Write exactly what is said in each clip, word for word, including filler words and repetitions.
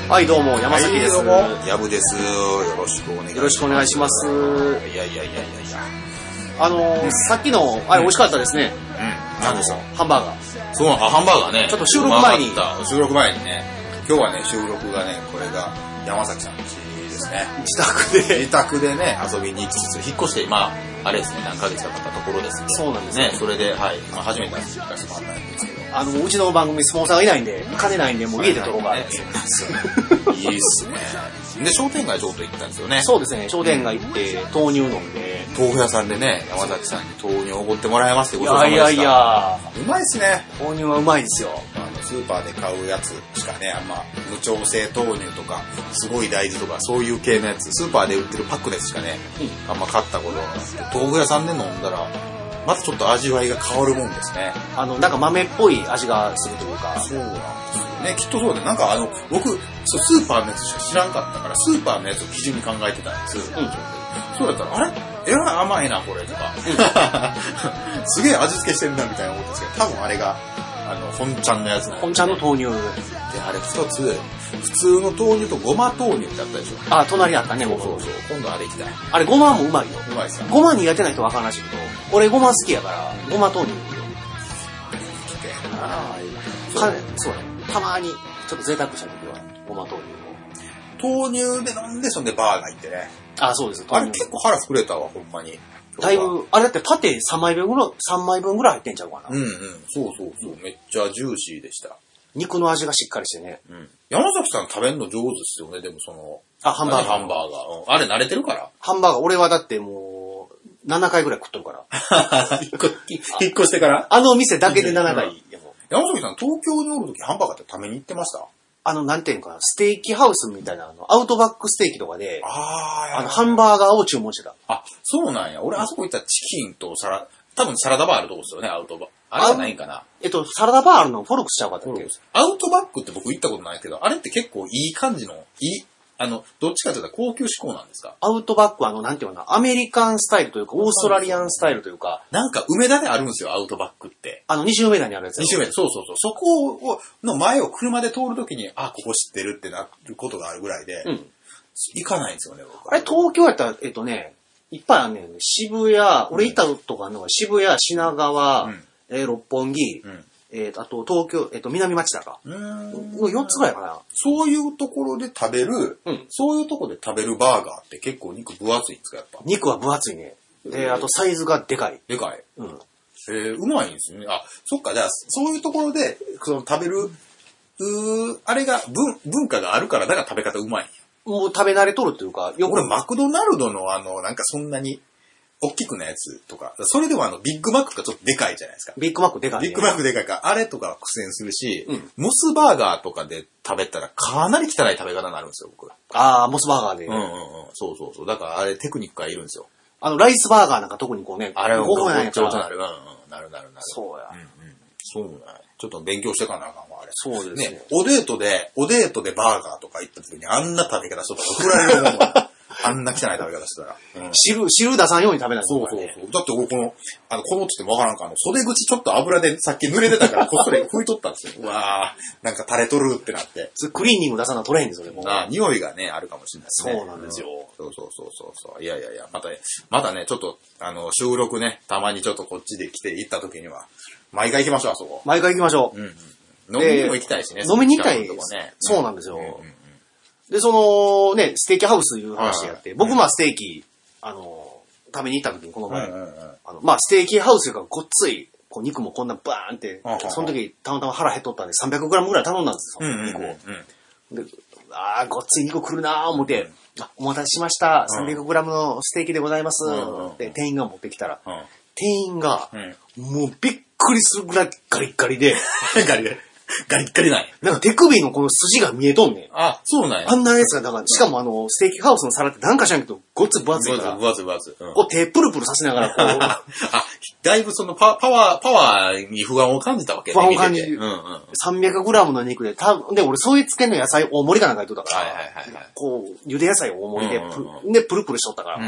はいどうも山崎です。 はい、どうもやぶです。よろしくお願いします。 よろしくお願いします。いやいやいやいやいや。 あのーうん、さっきのあれ美味しかったですね。 うん。何でした？ ハンバーガー。 そう、あハンバーガーね。 ちょっと収録前に収録前にね。今日はね収録がねこれが山崎さんの家ですね。 自宅で自宅でね遊びに行きつつ引っ越して今あれですね何ヶ月か経ったところですね。 そうなんですね。 それではいまあ初めて行かせてもらったんですけど。 あのうちの番組スポンサーがいないんで金ないんでもう家で撮ろうか、ね、 いいっすね。で商店街ちょっと行ったんですよね。 そうですね。商店街行って豆乳飲んで豆腐屋さんでね山崎さんに豆乳をおごってもらえますってことで。いやいやいやうまいっすね。 豆乳はうまいですよ。 あのスーパーで買うやつしかねあんま無調整豆乳とかすごい大豆とかそういう系のやつスーパーで売ってるパックのやつしかね、うん、あんま買ったことがなくて豆腐屋さんで飲んだらまたちょっと味わいが変わるもんですね。 あのなんか豆っぽい味がするというか。 そうなんですよね。きっとそうでなんかあの僕スーパーのやつしか知らんかったからスーパーのやつを基準に考えてたんです。うん、そうだったらあれえらい甘いなこれとかすげえ味付けしてるなみたいな思うんですけど多分あれがあの本ちゃんのやつなんで、 本ちゃんの豆乳であれ一つ普通の豆乳とごま豆乳ってあったでしょ。 あ隣にあったね。 そうそうそう今度あれ行きたい。 あれごまもうまいよ。 うまいですか。 ごま苦手な人わからないしけど俺ごま好きやからごま豆乳来てああそうねたまにちょっと贅沢した時はごま豆乳を豆乳で飲んでそんでバーガー行ってね。 あそうです。 あれ結構腹膨れたわほんまに。 だいぶあれだってパテさんまいぶんぐらいさんまいぶんぐらい入ってんちゃうかな。 うんうんそうそうそうめっちゃジューシーでした。 肉の味がしっかりしてね。 うん、山崎さん食べるの上手ですよね。でもそのあハンバーガーハンバーガー、うん、あれ慣れてるから。 ハンバーガー俺はだってもうななかいぐらい食っとるから引っ越してからあの店だけでななかいでも。 山崎さん東京におるときハンバーガーって食べに行ってました？ あのなんていうのかなステーキハウスみたいなあのアウトバックステーキとかでああのハンバーガーを注文してた。 あそうなんや。俺あそこ行ったらチキンとサラ多分サラダバーあるとこですよねアウトバあれはないんかな。 えっとサラダバーあるのフォルクスちゃうかったっけ。 アウトバックって僕行ったことないけどあれって結構いい感じのいいあのどっちかというと高級志向なんですか。 アウトバックはあのなんていうのかなアメリカンスタイルというかオーストラリアンスタイルというかなんか梅田であるんですよアウトバックって。 あの西梅田にあるやつ。 西梅田そうそうそうそこをの前を車で通るときにあここ知ってるってなることがあるぐらいで、うん、行かないんですよね僕。 あれ東京やったらえっとねいっぱいあるねんね。渋谷俺行ったとかあるのが渋谷品川、うんえー、六本木、うんえー、あと東京、えー、と南町田かのよっつぐらいかな。 そういうところで食べる、うん、そういうところで食べるバーガーって結構肉分厚いんですかやっぱ。 肉は分厚いね。であとサイズがでかい。 でかい。うん。えー、うまいんですよね。あそっかじゃあそういうところでその食べるうあれが 文, 文化があるからだから食べ方うまいんや。 もう食べ慣れとるっていうかよく俺マクドナルドのあのなんかそんなに大きくなやつとか、それでもあのビッグマックがちょっとでかいじゃないですか。 ビッグマックでかい、ね。 ビッグマックでかいから、あれとかは苦戦するし、うん、モスバーガーとかで食べたらかなり汚い食べ方になるんですよ、僕。 ああ、モスバーガーで。 うんうんうん。そうそうそう。だからあれテクニックがいるんですよ。 あの、ライスバーガーなんか特にこうね、 あれはご飯ちょうとなる。うんうん。なるなるなる。 そうや。 うんうん。そうや。ちょっと勉強してかなあかんわ、あれ。 そうですね。 ね、おデートで、おデートでバーガーとか行った時にあんな食べ方しとったら怒られるもん。あんな汚い食べ方してたら。 うん、汁、汁出さんように食べないと、 ね。そうそうそう。だって俺この、あの、このって言ってもわからんかあの、袖口ちょっと油でさっき濡れてたからこっそり拭いとったんですよ。うわぁ、なんか垂れとるってなって。 クリーニング出さな取れへんですよね、もう。 あ匂いがね、あるかもしれないですね。 そうなんですよ。 そうそうそうそうそう。いやいやいや、またね、またね、ちょっと、あの、収録ね、たまにちょっとこっちで来て行った時には、毎回行きましょう、あそこ。 毎回行きましょう。 うんうん。飲みにも行きたいしね。 飲みに行きたいです。ね、そうなんですよ。うんうんうんで、そのね、ステーキハウスいう話でやって、はい、僕まあステーキ、あの、食べに行った時にこの前、うんうんうん、あのまあステーキハウスがごっつい、こう肉もこんなバーンって、うんうん、その時たまたま腹減っとったんでさんびゃくグラムぐらい頼んだんですよ、その肉を。うんうんうん、で、あーごっつい肉来るなー思って、うん、あ、お待たせしました、さんびゃくグラムのステーキでございます、うんうん、で、店員が持ってきたら、うん、店員が、うん、もうびっくりするぐらいガリッガリで、 ガリガリ。ガリッガリない。 なんか手首のこの筋が見えとんねん。 あ、そうなんや。 あんなやつが、だから、しかもあの、ステーキハウスの皿ってなんか知らんけど、ごっつ分厚いから。 分厚い分厚い。うん、 こう手プルプルさせながら、こう。 あ、だいぶそのパパワー、パワーに不安を感じたわけね。 不安を感じる。うんうん、さんびゃくグラムの肉で、たで、俺、そういうつけの野菜大盛りかなんか言っとったから、はいはいはいはい、こう、茹で野菜大盛りで、うんうんうん、で、プルプルしとったから、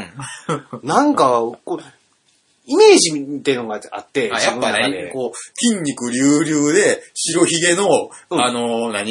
うん、なんか、こう、イメージっていうのがあって、 あやっぱね、こう、筋肉隆々で、白ひげの、うん、あの、何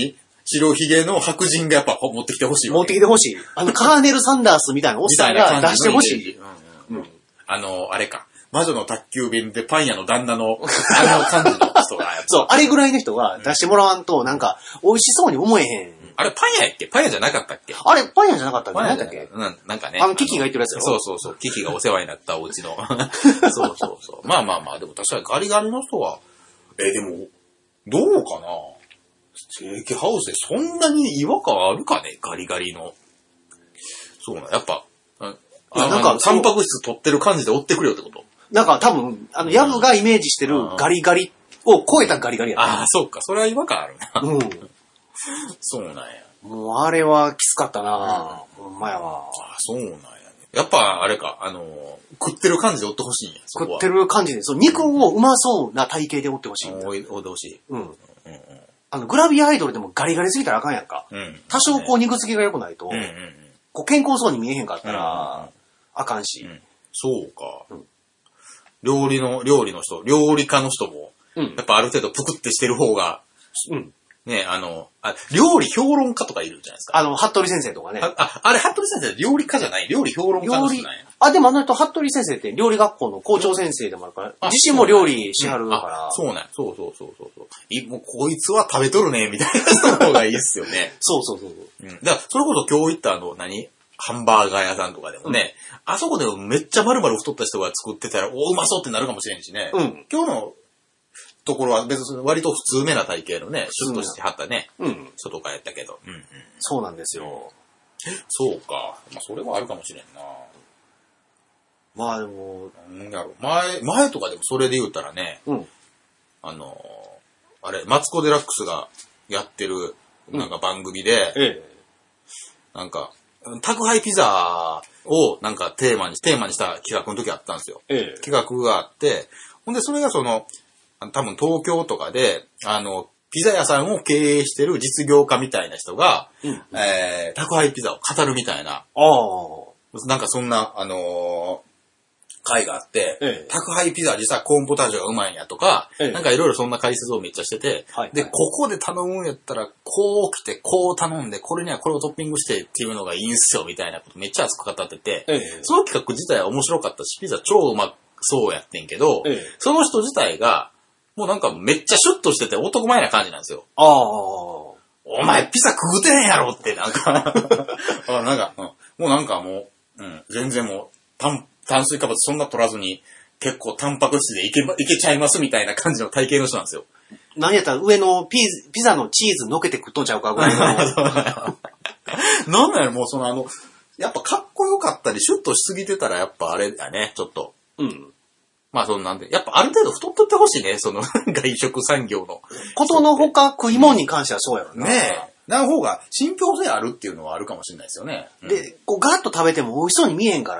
白ひげの白人がやっぱ持ってきてほしい。 持ってきてほしい。あの、カーネル・サンダースみたいなおっさんが出してほしい。 うんうんうん、あの、あれか。魔女の宅急便でパン屋の旦那の、あの感じの人が。 そう、あれぐらいの人が出してもらわんと、なんか、美味しそうに思えへん。 あれ、パン屋やっけパン屋じゃなかったっけあれ、パン屋じゃなかったっけ何だっけうん、なんかね。 あの、キキが言ってるやつよ。 そうそうそう。キキがお世話になったお家の。そうそうそう。まあまあまあ、でも確かにガリガリの人は、えー、でも、どうかなステーキハウスでそんなに違和感あるかねガリガリの。そうな、やっぱ、あなんか、タンパク質取ってる感じで追ってくれよってことなんか多分、あの、ヤブがイメージしてるガリガリを超えたガリガリやった。 ああ、そうか。それは違和感あるな。 うん。 そうなんや。 もう、あれはきつかったなぁ。ほんまやわ。 ああ、そうなんやね。やっぱ、あれか、あのー、食ってる感じで追ってほしいんや。 食ってる感じで、そう、肉をうまそうな体型で追ってほしい。 追い、追ってほしい。 うん。 うんうん。 あの、グラビアアイドルでもガリガリすぎたらあかんやんか。 うん。 多少こう肉付きが良くないと、 うんうんうん。 こう健康そうに見えへんかったら、 うんうん、 あかんし。 うん、そうか、 うん。 料理の、料理の人、料理家の人も、うん、やっぱある程度ぷくってしてる方が、うん。ね、あの、あ、料理評論家とかいるじゃないですか。 あの、服部先生とかね。 あ、ああれ、服部先生料理家じゃない料理評論家の人なんや。 あ、でもあの人、服部先生って料理学校の校長先生でもあるから、自身も料理しはるから。 そうなん、そうそうそうそうそう。い、もうこいつは食べとるね、みたいな人の方がいいっすよね。 そうそうそうそう。 うん。だから、それこそ今日行ったあの、何ハンバーガー屋さんとかでもね、うん、あそこでもめっちゃ丸々太った人が作ってたら、お、うまそうってなるかもしれんしね。うん。今日のところは別に割と普通めな体型のね、シュッとしてはったね。うん。人とかやったけど。うんうん。 そうなんですよ。 そうか。まあ、それはあるかもしれんな。 まあでも、 なんだろう。前、前とかでもそれで言ったらね、うん。あの、あれ、マツコ・デラックスがやってる、なんか番組で、うん、ええ。なんか、宅配ピザをなんかテーマに、テーマにした企画の時あったんですよ。ええ、企画があって、ほんでそれがその、多分東京とかで、あの、ピザ屋さんを経営してる実業家みたいな人が、うん、えー、宅配ピザを語るみたいな、あなんかそんな、あのー、会があって、ええ、宅配ピザ実はコーンポタージュがうまいんやとか、ええ、なんかいろいろそんな解説をめっちゃしてて、はいはい、で、ここで頼むんやったら、こう来て、こう頼んで、これにはこれをトッピングしてっていうのがいいんすよ、みたいなことめっちゃ熱く語ってて、ええ、その企画自体は面白かったし、ピザ超うまそうやってんけど、ええ、その人自体が、もうなんかめっちゃシュッとしてて男前な感じなんですよ。ああ。お前ピザ食うてへんやろって、なんかあ。なんか、うん、もうなんかもう、うん、全然もう、炭、炭水化物そんな取らずに、結構タンパク質でいけ、いけちゃいますみたいな感じの体型の人なんですよ。何やったら上のピザ、ピザのチーズのけて食っとんちゃうかぐらいの。なんだよ、もうそのあの、やっぱかっこよかったり、シュッとしすぎてたらやっぱあれだね、ちょっと。うん。まあそんなんで、やっぱある程度太っとってほしいね、その外食産業の。ことのほか食い物に関してはそうやろな。ねえ。な方が信憑性あるっていうのはあるかもしれないですよね。うん、で、こうガッと食べても美味しそうに見えへんから、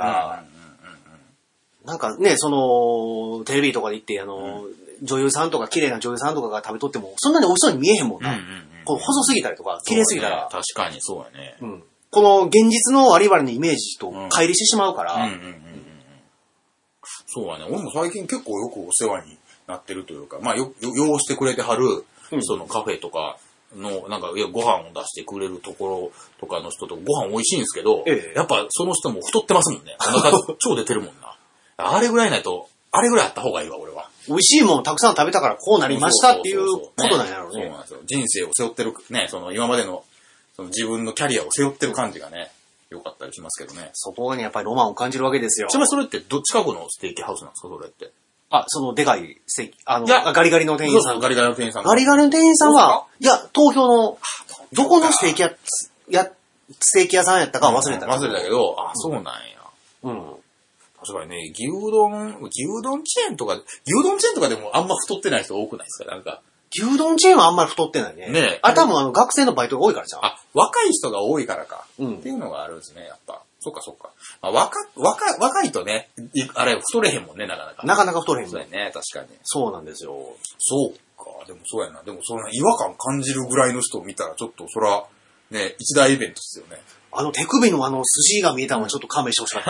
うんうんうんうん、なんかね、その、テレビとかで行って、あの、うん、女優さんとか綺麗な女優さんとかが食べとっても、そんなに美味しそうに見えへんもんな。うんうんうん、こう細すぎたりとか、綺麗すぎたら、ね。確かにそうやね。うん、この現実の我々のイメージと乖離してしまうから、うんうんうんうんそうはね、俺も最近結構よくお世話になってるというか、まあよ、よ、用してくれてはる、そのカフェとかの、なんか、いや、ご飯を出してくれるところとかの人とご飯美味しいんですけど、ええ、やっぱその人も太ってますもんね。お腹超出てるもんな。あれぐらいないと、あれぐらいあった方がいいわ、俺は。美味しいもんたくさん食べたからこうなりましたっていうことなんやろうね。そうなんですよ。人生を背負ってる、ね、その今までの、その自分のキャリアを背負ってる感じがね。よかったりしますけどね。そこにやっぱりロマンを感じるわけですよ。ちなみにそれってどっちかのステーキハウスなんですかそれって。あ、そのでかいステーキ、あの、いやガリガリの店員さん。そうそうガリガリの店員さん。ガリガリの店員さんは、いや、東京の、どこのステーキ屋、や、ステーキ屋さんやったか忘れた、うん。忘れたけど、あ、そうなんや。うん。確かにね、牛丼、牛丼チェーンとか、牛丼チェーンとかでもあんま太ってない人多くないですかなんか。牛丼チェーンはあんまり太ってないね。ねえ。あ、多分あの学生のバイトが多いからじゃん。あ、若い人が多いからか。うん。っていうのがあるんですね、やっぱ。そっかそっか。まあ、若、若、若いとね、あれ太れへんもんね、なかなか。なかなか太れへんもん。そうやね、確かに。そうなんですよ。そうか。でもそうやな。でもその違和感感じるぐらいの人を見たら、ちょっとそら、ね、一大イベントですよね。あの手首のあの筋が見えたのはちょっと勘弁してほしかった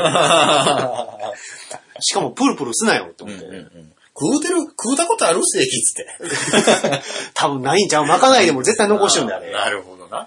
。しかもプルプルすなよって思って。うんうんうん食うてる、食うたことあるステーキっつって。多分ないんちゃうまかないでも絶対残しよんだよね。なるほどな。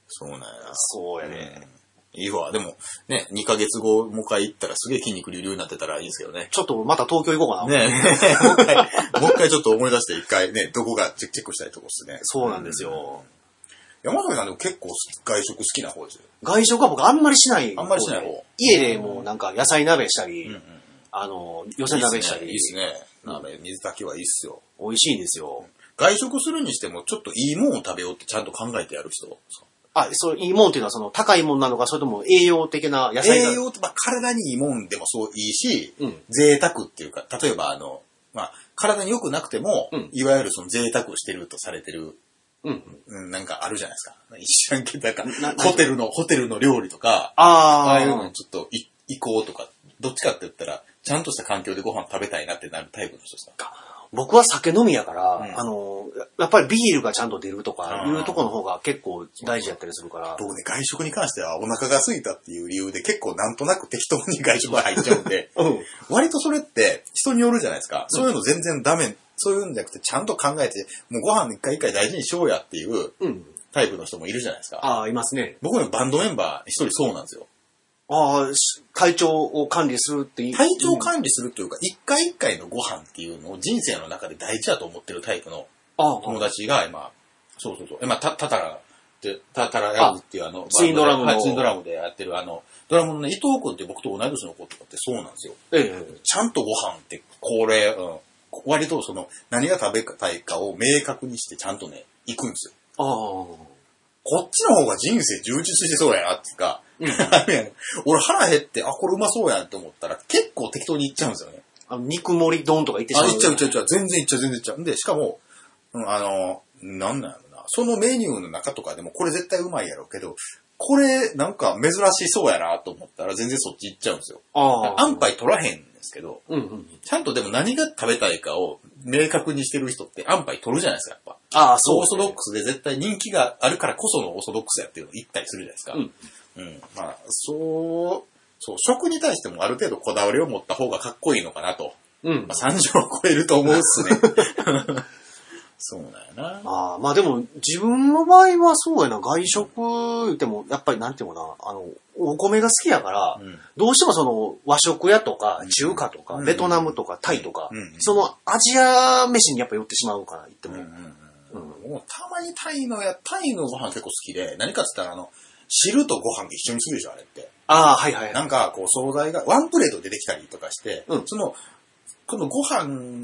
そうなんやな。 そうやね。 うん、いいわ。でも、ね、にかげつご、もう一回行ったらすげえ筋肉隆々になってたらいいですけどね。 ちょっとまた東京行こうかな。 ねもう一回、もう一回ちょっと思い出して一回ね、どこがチェックしたいとこっすね。 そうなんですよ。 うん、山崎さんでも結構外食好きな方ですよ。 外食は僕あんまりしない。 あんまりしない方。 家でもうなんか野菜鍋したり、うんうん、あの、寄せ鍋したり。 いいっすね。いいっすね。鍋、水炊きはいいっすよ。 美味しいんですよ。 外食するにしてもちょっといいもんを食べようってちゃんと考えてやる人。 あ、そう、いいもんっていうのはその高いもんなのか、それとも栄養的な野菜が。 栄養って、まあ、体にいいもんでもそういいし、 うん、 贅沢っていうか、例えばあの、まあ、体に良くなくても、うん、いわゆるその贅沢をしてるとされてる、うんうん、なんかあるじゃないですか。一緒になんか、ホテルの、ホテルの料理とか、ああいうのにちょっとい行こうとか、どっちかって言ったら、ちゃんとした環境でご飯食べたいなってなるタイプの人ですか？ 僕は酒飲みやから、うん、あの、やっぱりビールがちゃんと出るとかいうところの方が結構大事やったりするから。 僕ね、外食に関してはお腹が空いたっていう理由で結構なんとなく適当に外食が入っちゃうんで、うん、割とそれって人によるじゃないですか。うん、そういうの全然ダメ、そういうんじゃなくてちゃんと考えて、もうご飯一回一回大事にしようやっていうタイプの人もいるじゃないですか。 ああ、いますね。 僕のバンドメンバー一人そうなんですよ。 ああ、体調を管理するっていう。 体調を管理するというか、一回一回のご飯っていうのを人生の中で大事だと思ってるタイプの友達が今、そうそうそう。今、た、たたら、で、たたらやるっていうあの、 ツインドラムの。 はい、ツインドラムでやってるあの、ドラムのね、伊藤君って僕と同い年の子とかってそうなんですよ。ええ。ちゃんとご飯って、これ、うん、割とその、何が食べたいかを明確にしてちゃんとね、行くんですよ。ああ。こっちの方が人生充実してそうやなっていうか、うん、俺腹減って、あ、これうまそうやんって思ったら結構適当にいっちゃうんですよね。 あの肉盛り丼とかいってしまう。 あ、いっちゃういっちゃういっちゃう。全然いっちゃう全然いっちゃう。で、しかも、うん、あの、なんなんやろな。そのメニューの中とかでもこれ絶対うまいやろうけど、これなんか珍しそうやなと思ったら全然そっち行っちゃうんですよ。あ安牌取らへんんですけど、うんうん、ちゃんとでも何が食べたいかを明確にしてる人って安牌取るじゃないですか、やっぱ。ああ、そう、ね。オーソドックスで絶対人気があるからこそのオーソドックスやっていうのを言ったりするじゃないですか。うんうん、まあ、そう、そう、食に対してもある程度こだわりを持った方がかっこいいのかなと。うん。まあ、さんじゅうを超えると思うっすね。そうなんやな。 ああ、まあでも、自分の場合はそうやな、外食言っても、やっぱりなんていうのかな、あの、お米が好きやから、うん、どうしてもその、和食屋とか、中華とか、うん、ベトナムとか、タイとか、うん、その、アジア飯にやっぱ寄ってしまうから、言っても。うんうん、もうたまにタイのや、タイのご飯結構好きで、何かって言ったらあの、汁とご飯一緒にするでしょ、あれって。 ああ、はいはい、はい。 なんか、こう、惣菜が、ワンプレート出てきたりとかして、うん、その、このご飯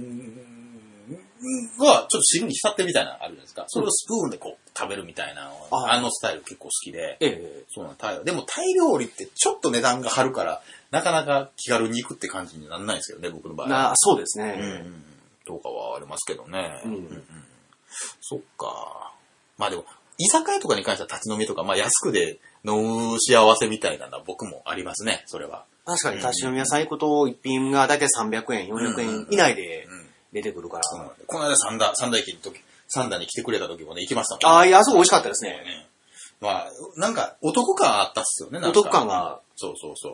は、ちょっと汁に浸ってみたいなのあるじゃないですか。それをスプーンでこう、食べるみたいなの、うん、あのスタイル結構好きで。ええ。そうなんタイ。でも、タイ料理ってちょっと値段が張るから、なかなか気軽に行くって感じにならないですけどね、僕の場合は。 ああ、そうですね。うん。 とかはありますけどね。うん。うんうん、そっか。まあでも、居酒屋とかに関しては立ち飲みとか、まあ安くで飲む幸せみたいなのは僕もありますね、それは。 確かに立ち飲み屋さん行くと一品がだいたいさんびゃくえん、よんひゃくえん以内で出てくるから。うんうんうん、 この間三田、三田駅の時、三田に来てくれた時もね、行きましたもんね。ああ、いや、あそこ美味しかったですね。ねまあ、なんかお得感あったっすよね、なんか。 お得感が。 そうそうそう。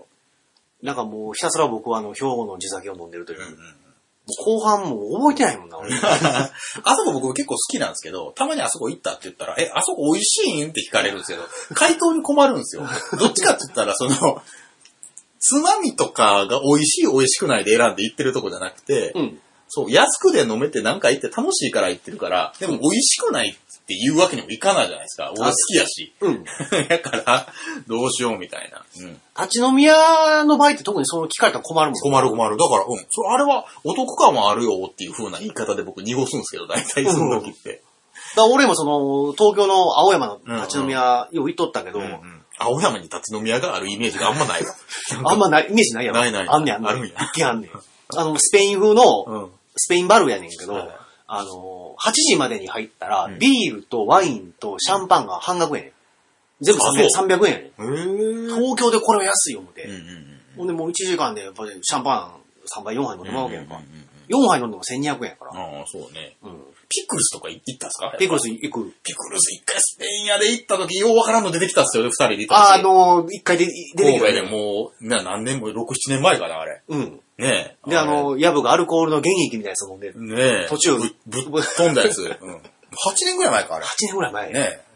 なんかもうひたすら僕はあの、兵庫の地酒を飲んでるという。うんうん後半も覚えてないもんな、俺。 あそこ僕結構好きなんですけど、たまにあそこ行ったって言ったら、え、あそこ美味しいんって聞かれるんですけど、回答に困るんですよ。どっちかって言ったら、その、つまみとかが美味しい美味しくないで選んで行ってるとこじゃなくて、うん、そう、安くで飲めてなんか行って楽しいから行ってるから、でも美味しくないって言うわけにもいかないじゃないですか。俺好きやし。うん。だから、どうしようみたいな。うん。 立ち飲み屋の場合って特にその聞かれたら困るもん。 困る困る。だから、うん。それあれはお得感もあるよっていう風な言い方で僕濁すんですけど、大体その時って。うん、だから俺もその、東京の青山の立ち飲み屋、よう行っとったけど、うんうん、 青山に立ち飲み屋があるイメージがあんまないわ。 あんまない、イメージないやろ。 ないない。 あんねんあんねん。 あるんや。 一見あんねん。あの、スペイン風の、うん、スペインバルやねんけど、はい、あの、はちじまでに入ったら、うん、ビールとワインとシャンパンが半額やねん。全部さんびゃくえんやねん。東京でこれは安いよ、思って。うんうんうん、ほんでもういちじかんでやっぱりシャンパンさんばいよんはいも飲むわけやんか。うんうんうん、よんはい飲んでもせんにひゃくえんやから。 ああ、そうね。うん、ピクルスとか行ったんすか？ ピクルス行く。 ピクルス一回スペイン屋で行った時、ようわからんの出てきたっすよね、二人で行った時。あ、あのー、一回で出てきた、 ね。神戸でもう、な何年も、ろく、ななねんまえかな、あれ。うん。ねえ。で、あのー、ヤブがアルコールの原液みたいなやつ飲んで。 ねえ。 途中。 ぶ、ぶっ飛んだやつ。うん。はちねんぐらい前か、あれ。 はちねんぐらい前。 ねえ。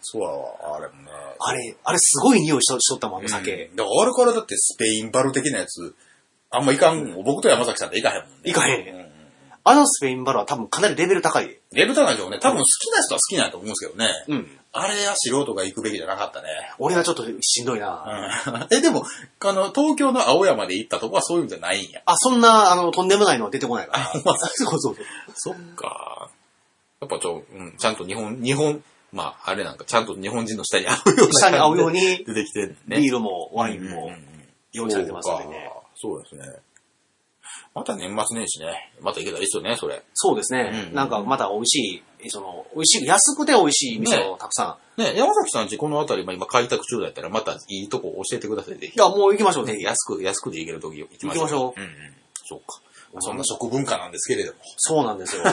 そうやわ、あれもね。 あれ、あれすごい匂いしとしとったもん、あの酒。 うん、だからあれからだってスペインバル的なやつ、あんまいかん、うん、僕と山崎さんっていかへんもんね。 いかへん。うん、あのスペインバルは多分かなりレベル高い。 レベル高いでしょうね。多分好きな人は好きなんやと思うんですけどね。 うん。 あれは素人が行くべきじゃなかったね。 俺はちょっとしんどいな。 うん、え、でも、あの、東京の青山で行ったとこはそういうんじゃないんや。 あ、そんな、あの、とんでもないのは出てこないから。そうそうそう。 そっか。やっぱちょ、うん、ちゃんと日本、日本、まあ、あれなんか、ちゃんと日本人の下に合うような。 下に合うように、 出てきてるね。 ビールもワインも用意されてますのでね。 そうですね。また年末年始ね。また行けたらいいっすよね、それ。 そうですね。うんうん、なんかまた美味しい、その、美味しい、安くて美味しい店をたくさん。ね、ね山崎さんちこの辺り、まあ、今開拓中だったら、またいいとこ教えてください、ぜひ。 いや、もう行きましょう、ぜひ。 安く、安くで行けるとき行きましょう。 行きましょう。 うんうん。そうか。まあ、そんな食文化なんですけれども。 そうなんですよ。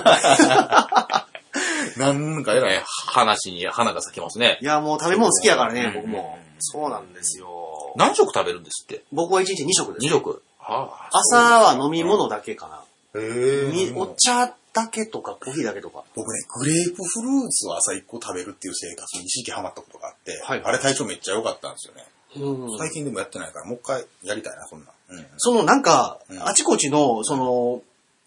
なんかえらい話に花が咲きますね。 いや、もう食べ物好きやからね、僕も。そうなんですよ。 何食食べるんですって？ 僕はいちにちに食です、 ね。に食。はあ、朝は飲み物だけかな。 へぇお茶だけとかコーヒーだけとか。 僕ね、グレープフルーツを朝いっこ食べるっていう生活に一時期ハマったことがあって、はい、あれ体調めっちゃ良かったんですよね。うん、最近でもやってないから、もう一回やりたいな、そんな。うん、そのなんか、 うん、あちこちの、その、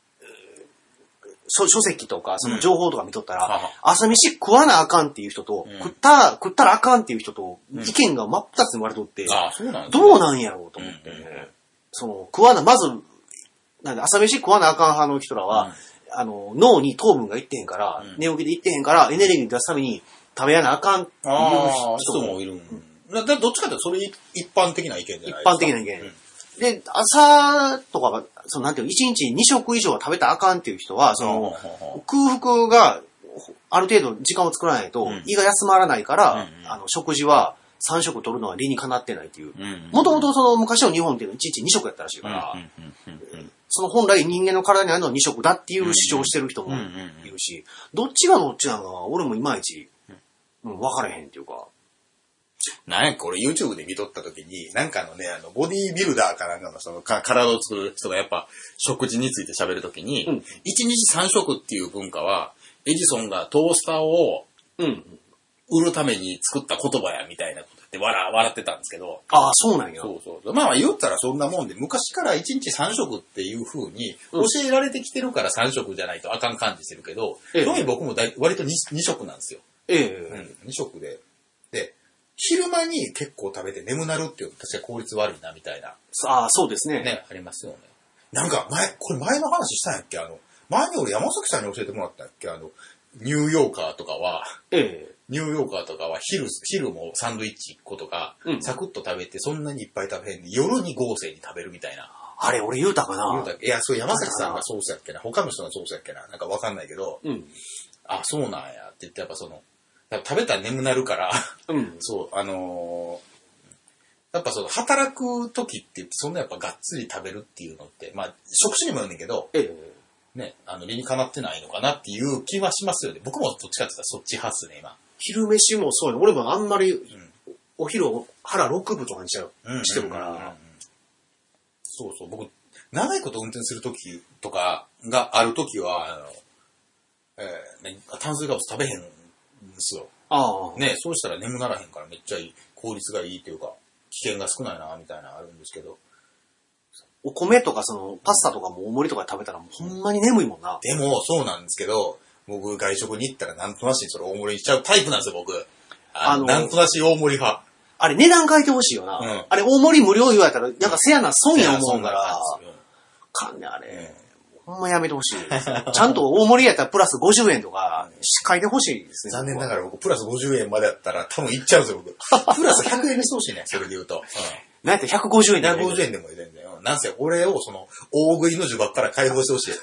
書籍とか、その情報とか見とったら、うん、朝飯食わなあかんっていう人と、うん、食った、食ったらあかんっていう人と、意見が真っ二つに割れとって、うん、ああそうなんですね、どうなんやろうと思ってね。うんうん、その、食わな、まず、なんで朝飯食わなあかん派の人らは、うん、あの、脳に糖分がいってへんから、うん、寝起きでいってへんから、エネルギー出すために食べやなあかんっていう人もいる。 うん、だどっちかというと、それ一般的な意見じゃないですか。一般的な意見。うん、で、朝とかは、そのなんていうの、一日に食以上は食べたらあかんっていう人は、その、空腹がある程度時間を作らないと、胃が休まらないから、うん、あの、食事はさん食取るのは理にかなってないっていう。もともとその昔の日本っていうのは一日に食やったらしいから、その本来人間の体にあるのはに食だっていう主張してる人もいるし、どっちがどっちなのか俺もいまいち、うん、分からへんっていうか。 なんか俺 YouTube で見とった時に、なんかのね、あの、ボディービルダーかなんかのそのか体を作る人がやっぱ食事について喋る時に、うん、いちにちさん食っていう文化は、エジソンがトースターを売るために作った言葉やみたいなことって笑、笑ってたんですけど。 ああ、そうなんや。 そうそう。まあ言ったらそんなもんで、昔からいちにちさん食っていう風に教えられてきてるからさん食じゃないとあかん感じしてるけど、ええ、特に僕もだい割と 2, に食なんですよ。ええ。うん、に食で。で、昼間に結構食べて眠なるっていうのは確か効率悪いなみたいな。 ああ、そうですね。 ね、ありますよね。なんか前、これ前の話したんやっけあの、前に俺山崎さんに教えてもらったんやっけあの、ニューヨーカーとかは、ええ。ニューヨーカーとかは昼、昼もサンドイッチいっことか、うん、サクッと食べてそんなにいっぱい食べへんで、夜に豪勢に食べるみたいな。 あれ、俺言うたかな言うたっけいや、そう山崎さんがそうしたっけな他の人がそうしたっけななんかわかんないけど、うん、あ、そうなんやって言ってやっぱその、食べたら眠なるから、うん、そう、あのー、やっぱその働く時って言ってそんなやっぱがっつり食べるっていうのって、まあ職種にもよるんだけど、ええ、ね、あの理にかなってないのかなっていう気はしますよね。僕もどっちかって言ったらそっち派っすね、今。 昼飯もそうよね。俺もあんまり、うん、お昼腹ろくぶとかにしちゃう、うん、してるから。 そうそう、僕、長いこと運転する時とかがある時は、あの、えーね、炭水化物食べへんんですよ。ああ。ね、そうしたら眠ならへんからめっちゃいい、効率がいいっていうか、危険が少ないな、みたいなのあるんですけど。 お米とかその、パスタとかも大盛りとか食べたらもうほんまに眠いもんな。 でも、そうなんですけど、僕、外食に行ったらなんとなしにそれ大盛りにしちゃうタイプなんですよ、僕。あの、なんとなし大盛り派。 あれ値段変えてほしいよな。うん、あれ大盛り無料言われたら、なんかせやな損や思うから。かんね、あれ。ほんまやめてほしい。ちゃんと大盛りやったらプラスごじゅうえんとか、書いてほしいですね。 残念ながら僕、プラスごじゅうえんまでやったら多分いっちゃうんですよ、僕。プラスひゃくえんにしてほしいね、それで言うと。うん、 なんやったらひゃくごじゅうえんでもいい。ひゃくごじゅうえんでもいい、全然。なんせ、俺をその、大食いの呪縛から解放してほしい。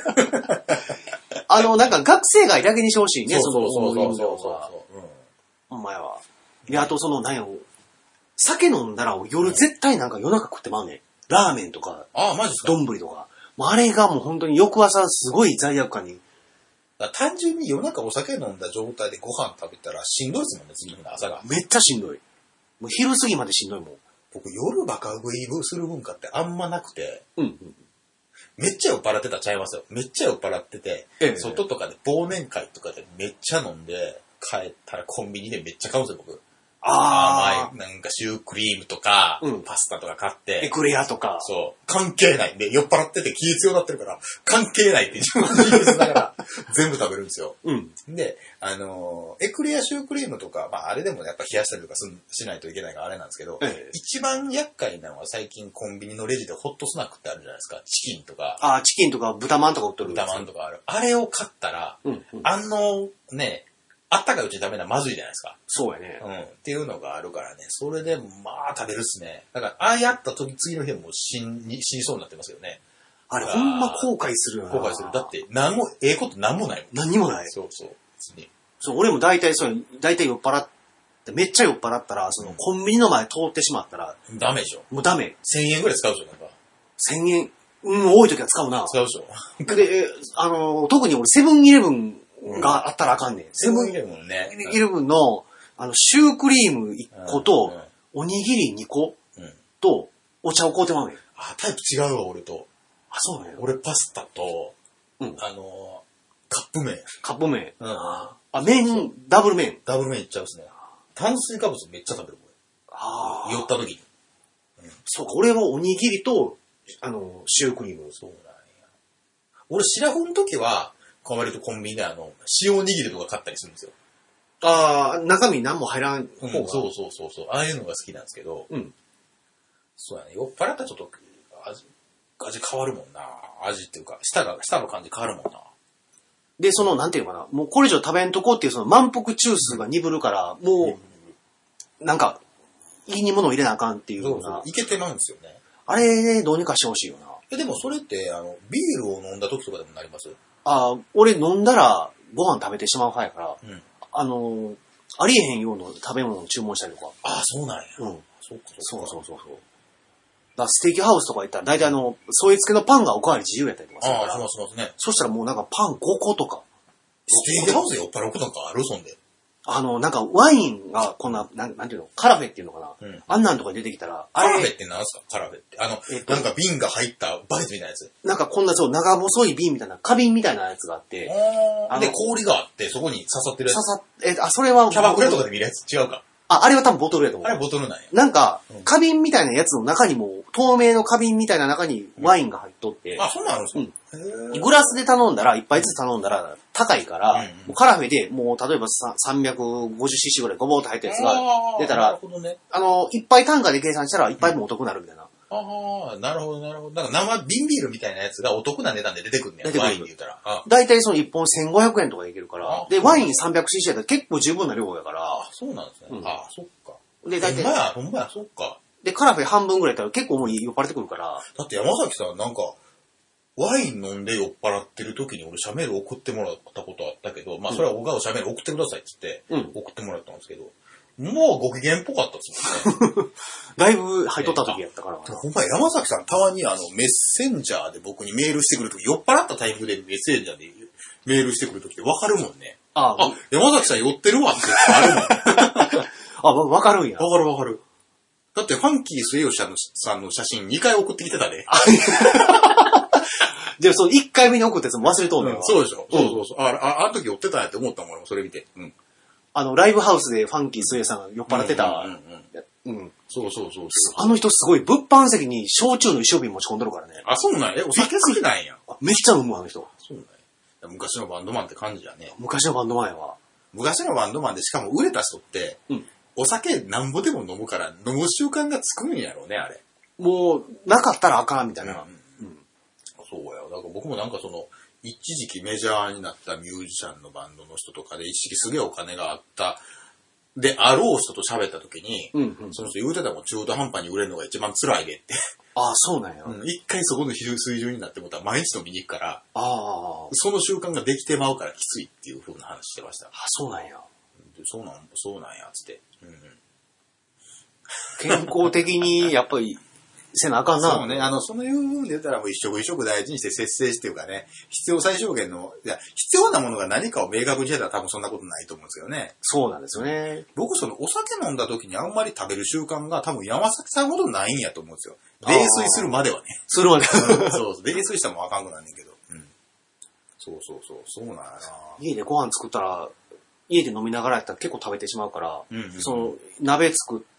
あの、なんか学生街だけにしてほしいね、 その大食いの呪縛は。 ほんまやわ。で、あとその、なんやろ、酒飲んだら夜絶対なんか夜中食ってまうねん。ラーメンとか、 ああ、マジですか？ 丼とか。あれがもう本当に翌朝すごい罪悪感に。 単純に夜中お酒飲んだ状態でご飯食べたらしんどいですもんね、次の日の朝が。 めっちゃしんどい。もう昼過ぎまでしんどいもん。 僕夜バカ食いする文化ってあんまなくて、うんうん、めっちゃ酔っ払ってたらちゃいますよ。めっちゃ酔っ払ってて、ええ、外とかで忘年会とかでめっちゃ飲んで、 帰ったらコンビニでめっちゃ買うんですよ、僕。 ああ。なんかシュークリームとか、 うん、 パスタとか買って。 エクレアとか。 そう。関係ない。で、酔っ払ってて気強になってるから、関係ないって自分で言いながら全部食べるんですよ。 うん。 で、あのー、エクレアシュークリームとか、まああれでもやっぱ冷やしたりとかすしないといけないからあれなんですけど、ええ、一番厄介なのは最近コンビニのレジでホットスナックってあるじゃないですか。チキンとか。 ああ、チキンとか豚まんとか売ってる。 豚まんとかある。あれを買ったら、うんうん、あのね、あったかいうちに食べるのはまずいじゃないですか。 そうやね。 うん。っていうのがあるからね。それで、まあ食べるっすね。だから、ああやった時、次の日もう死に、死にそうになってますよね。 あれ、ほんま後悔するよな。 後悔する。だって、なんも、ええことなんもないもん。 何にもない。 そうそう。 そう、俺も大体そう、大体酔っ払って、めっちゃ酔っ払ったら、その、コンビニの前通ってしまったら。 ダメでしょ。 もうダメ。 せんえんぐらい使うでしょ、なんか。 せんえん。うん、多い時は使うな。 使うでしょ。 で、あの、特に俺、セブンイレブン、があったらあかんねん。 セブンイレブンね。 イレブンの、あの、シュークリームいっこと、おにぎりにこ、と、お茶を買うてまうねん。 あ、タイプ違うわ、俺と。 あ、そうね。 俺パスタと、あの、カップ麺。 カップ麺。あ、麺、ダブル麺。 ダブル麺いっちゃうっすね。炭水化物めっちゃ食べる、 ああ。 酔った時に。 そうか、俺はおにぎりと、あの、シュークリーム。 そうなんや。俺、白フの時は、割とコンビニであの、塩おにぎりとか買ったりするんですよ。 ああ、中身何も入らん方が、 うん、そうそうそうそう。ああいうのが好きなんですけど、うん。そうやね。酔っ払ったらちょっと味、味変わるもんな。味っていうか、舌が、舌の感じ変わるもんな。 で、その、なんていうのかな。もうこれ以上食べんとこっていうその満腹中枢が鈍るから、うん、もう、なんか、胃に物を入れなあかんっていうのが。そうそう。 いけてまうんですよね。 あれね、どうにかしてほしいよな。 え、でもそれって、あの、ビールを飲んだ時とかでもなります？ ああ、俺飲んだらご飯食べてしまう派やから、うん、あの、ありえへんような食べ物を注文したりとか。 ああ、そうなんや。 うん。そうそうそうそう。だからステーキハウスとか行ったら大体あの、添え付けのパンがおかわり自由やったりとかするから。 ああ、しますしますね。 そしたらもうなんかパンごことか。 ステーキハウスで酔っ払うことなんかあるそんで。 あの、なんかワインがこんな、なん、なんていうの、カラフェっていうのかな。うん、あんなんとか出てきたら。 カラフェって何すかカラフェって。あの、えっと、なんか瓶が入ったバケツみたいなやつ。 なんかこんなそう、長細い瓶みたいな、花瓶みたいなやつがあって。 あで、氷があって、そこに刺さってるやつ。 刺さっ、え、あ、それは。 キャバクラとかで見るやつ違うか。 あ、あれは多分ボトルやと思う。 あれボトルなんや。 なんか、花瓶みたいなやつの中にも、透明の花瓶みたいな中にワインが入っとって。 うん、あ、そんなんあるんですか、 うん、グラスで頼んだら、一杯ずつ頼んだら、高いから、うんうん、もうカラフェで、もう例えば さんびゃくごじゅうシーシー ぐらいゴボーと入ったやつが出たら、ね、あの、一杯単価で計算したら、一杯もお得になるみたいな。 うん、ああ、なるほど、なるほど。だから生瓶ビールみたいなやつがお得な値段で出てくるね。ワインで言ったら。 だいたいその一本せんごひゃくえんとかでいけるから、で、ワイン さんびゃくシーシー やったら結構十分な量やから。 あ、そうなんですね。うん、あ、そっか。 で、だいたい。 ほんまや、ほんまや、そっか。 で、カラフェ半分ぐらいやったら結構もう酔っ払ってくるから。 だって山崎さんなんか、ワイン飲んで酔っ払ってる時に俺シャメール送ってもらったことあったけど、まあそれは小川シャメール送ってくださいって言って送ってもらったんですけど、うん、もうご機嫌っぽかったですもんね。 だいぶ入っとった時やったから。 ほんま山崎さんたまにあのメッセンジャーで僕にメールしてくる時、酔っ払ったタイミングでメッセンジャーでメールしてくる時ってわかるもんね。ああ、山崎さん酔ってるわってあるもん。 あ、わかるんや。 わかるわかる。だってファンキー末吉さんの写真にかい送ってきてたね。 でもそのいっかいめに送ったやつも忘れとんねんわ、 うん。そうでしょ。そうそうそう。ああ、あの時酔ってたんやって思ったもん、それ見て。うん。 あの、ライブハウスでファンキー末吉さんが酔っ払ってた。うんうんうん。そうそうそう。 あの人すごい物販席に焼酎の一升瓶持ち込んどるからね。 あ、そうなんや。お酒好きなんや。 めっちゃ飲むあの人。 そうなんや。昔のバンドマンって感じやね。 昔のバンドマンやわ。 昔のバンドマンでしかも売れた人って、うん、お酒なんぼでも飲むから飲む習慣がつくんやろうね、あれ。 もう、なかったらあかんみたいな。 うんうん、そうや。だから僕もなんかその、一時期メジャーになったミュージシャンのバンドの人とかで、一時期すげえお金があった、で、あろう人と喋った時に、うんうん、その人言うてたもん中途半端に売れるのが一番辛いでって。 ああ、そうなんや。 うん、一回そこの水準になってもったら毎日飲みに行くから、あその習慣ができてまうからきついっていう風な話してました。あ、 そうなんや。 そうなん、そうなんや、つって。うん、 健康的に、やっぱり、せなあかんな。 そうね。あの、そのいう部分で言ったらもう一食一食大事にして節制していうかね、必要最小限の、いや、必要なものが何かを明確にしてたら多分そんなことないと思うんですよね。 そうなんですよね。 僕そのお酒飲んだ時にあんまり食べる習慣が多分山崎さんほどないんやと思うんですよ。泥酔するまではね。 するまで。 そうそう。泥酔したらもうあかんくなんねんけど。うん。そうそうそう。そうなんやな。 家でご飯作ったら、 家で飲みながらやったら結構食べてしまうから、 うんうんうん、 その鍋作って、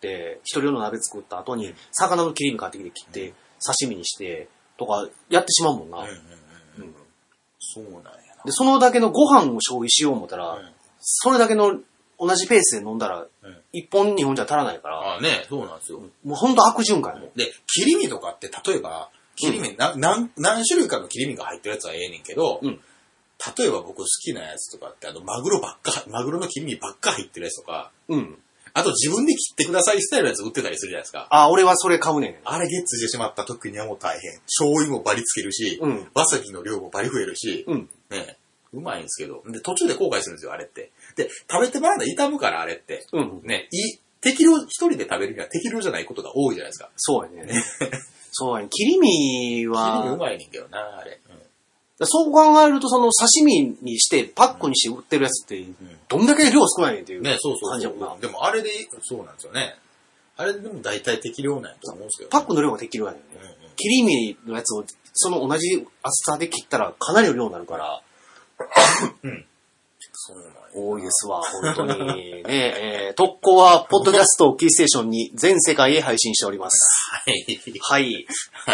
一人用の鍋作った後に、魚の切り身買ってきて切って、刺身にして、とかやってしまうもんな。うんうんうんうん、そうなんやな。 で、そのだけのご飯を消費しよう思ったら、うん、それだけの同じペースで飲んだら、一、うん、本二本じゃ足らないから。 ああね、そうなんですよ。 もうほんと悪循環よ。 で、切り身とかって例えば、切り身、うん、な何、何種類かの切り身が入ってるやつはええねんけど、うん、例えば僕好きなやつとかって、あの、マグロばっか、マグロの切り身ばっか入ってるやつとか、うん。あと自分で切ってくださいスタイルのやつ売ってたりするじゃないですか。 ああ、俺はそれ買うねん。 あれゲッツしてしまった時にはもう大変。醤油もバリつけるし、うん、わさびの量もバリ増えるし、うん、ね、うまいんですけど。で、途中で後悔するんですよ、あれって。で、食べてもらうの傷むから、あれって。うん、ね、い、適量、一人で食べるには適量じゃないことが多いじゃないですか。 そうやね。そうやね。切り身は。 切り身うまいねんけどな、あれ。うんそう考えると、その刺身にして、パックにして売ってるやつって、どんだけ量少ないねんっていう感じやもんな。 ね、そうそうそう。でもあれで、そうなんですよね。あれでも大体適量なんやと思うんですけど、ね。 パックの量が適量やねんね、うんうん。切り身のやつを、その同じ厚さで切ったらかなりの量になるから。うん。そうなんや。多いですわ、本当に。ねえー、特攻は、ポッドキャストをキーステーションに全世界へ配信しております。 はい。 はい。 はい。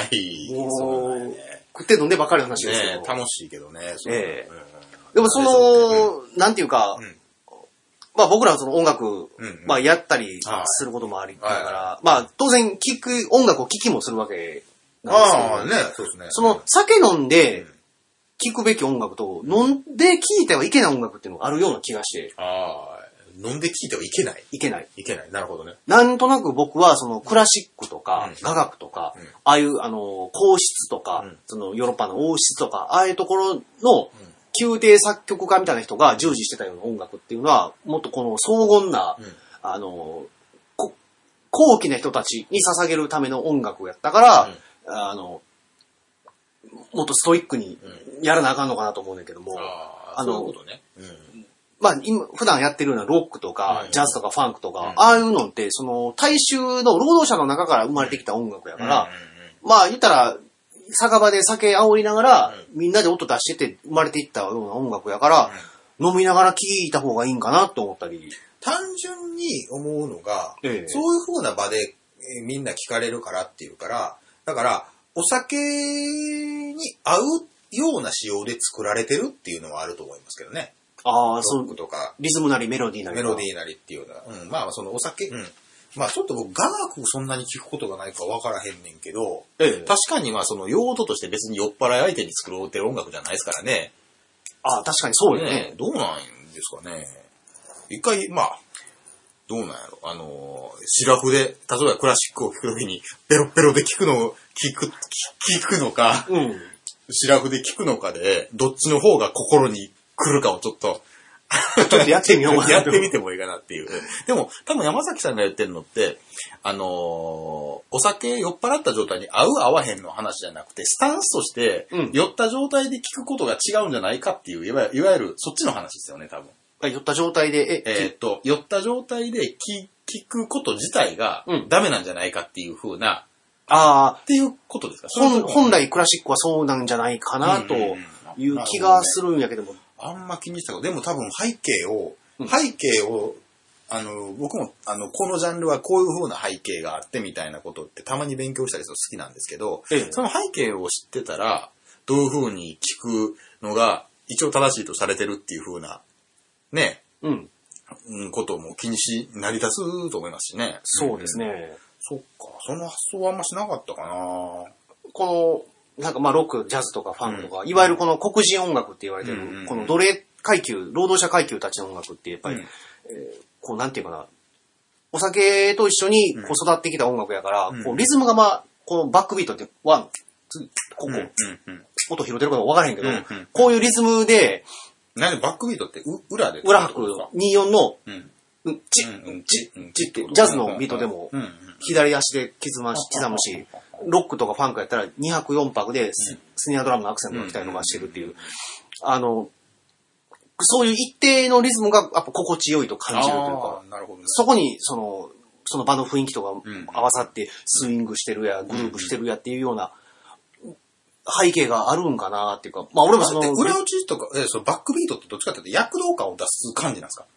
もう、食って飲んでばかりの話ですけど。 ね、楽しいけどね。 ええー、でもその、うん、なんていうか、うん、まあ僕らはその音楽、うんうん、まあやったりすることもありだから、はい、まあ当然聴く、音楽を聴きもするわけなんですけど、 ああね、そうですね。 その酒飲んで聴くべき音楽と、飲んで聴いてはいけない音楽っていうのがあるような気がして。 ああ。飲んで聴いてはいけない。 いけない。 いけない。なるほどね。 なんとなく僕はそのクラシックとか、雅楽とか、うん、ああいうあの、皇室とか、うん、そのヨーロッパの王室とか、ああいうところの宮廷作曲家みたいな人が従事してたような音楽っていうのは、もっとこの荘厳な、うん、あの、高貴な人たちに捧げるための音楽をやったから、うん、あの、もっとストイックにやらなあかんのかなと思うんだけども、 ああの、そういうことね。うんまあ、今、普段やってるようなロックとか、ジャズとかファンクとか、うん、ああいうのって、その、大衆の労働者の中から生まれてきた音楽やから、うん、まあ、言ったら、酒場で酒煽りながら、うん、みんなで音出してて生まれていったような音楽やから、うん、飲みながら聴いた方がいいんかなと思ったり。 単純に思うのが、ええ、そういう風な場でみんな聞かれるからっていうから、だから、お酒に合うような仕様で作られてるっていうのはあると思いますけどね。 ああ、そういうことか。リズムなりメロディーなり。 メロディーなりっていうような。うん。まあ、そのお酒、うん。まあ、ちょっと僕、雅楽そんなに聞くことがないか分からへんねんけど、ええ、確かにまあ、その用途として別に酔っ払い相手に作ろうってる音楽じゃないですからね。 ああ、確かにそうよね。ねどうなんですかね。一回、まあ、どうなんやろ。あのー、シラフで、例えばクラシックを聴くときに、ペロペロで聴くのを、聞く、聞くのか、うん、シラフで聴くのかで、どっちの方が心に来るかをちょっと、 ちょっとやってみようかな。 やってみてもいいかなっていう。でも、多分山崎さんが言ってるのって、あのー、お酒酔っ払った状態に合う合わへんの話じゃなくて、スタンスとして、酔った状態で聞くことが違うんじゃないかっていう、いわゆる、いわゆるそっちの話ですよね、多分。 酔った状態で、 え、えー、っと、酔った状態で聞、聞くこと自体がダメなんじゃないかっていう風な、 うん、ああ。 っていうことですか？ 本、本来クラシックはそうなんじゃないかなという気がするんやけども。 あんま気にしたこと、でも多分背景を、背景を、あの、僕も、あの、このジャンルはこういう風な背景があってみたいなことってたまに勉強したりするの好きなんですけど、ええ、その背景を知ってたら、どういう風に聞くのが一応正しいとされてるっていう風な、ね、うん、ことも気にし、なり出すと思いますしね。 そうですね。 うん、そっか、その発想はあんましなかったかな。 この、なんかまあロック、ジャズとかファンクとか、うん、いわゆるこの黒人音楽って言われてる、うんうん、この奴隷階級、労働者階級たちの音楽ってやっぱり、うん、えー、こうなんていうかな、お酒と一緒にこう育ってきた音楽やから、うん、こうリズムがまあ、このバックビートってワン、ツー、ここ、うんうんうん、音拾ってるか分からへんけど、うんうん、こういうリズムで、 何バックビートって裏で裏拍にじゅうよんの、うんうん、チッ、うん、チッ、チッって、ジャズのビートでも、左足で刻むし、刻むし、ロックとかファンクやったらに拍よん拍でス、スネアドラムのアクセントが来たりとかしてるっていう、あの、そういう一定のリズムがやっぱ心地よいと感じるというか、 なるほどね、 そこにその、その場の雰囲気とか合わさってスイングしてるや、グループしてるやっていうような、背景があるんかなっていうか、まあ俺もその。 裏打ちとか、え、そのバックビートってどっちかっていうと躍動感を出す感じなんですか？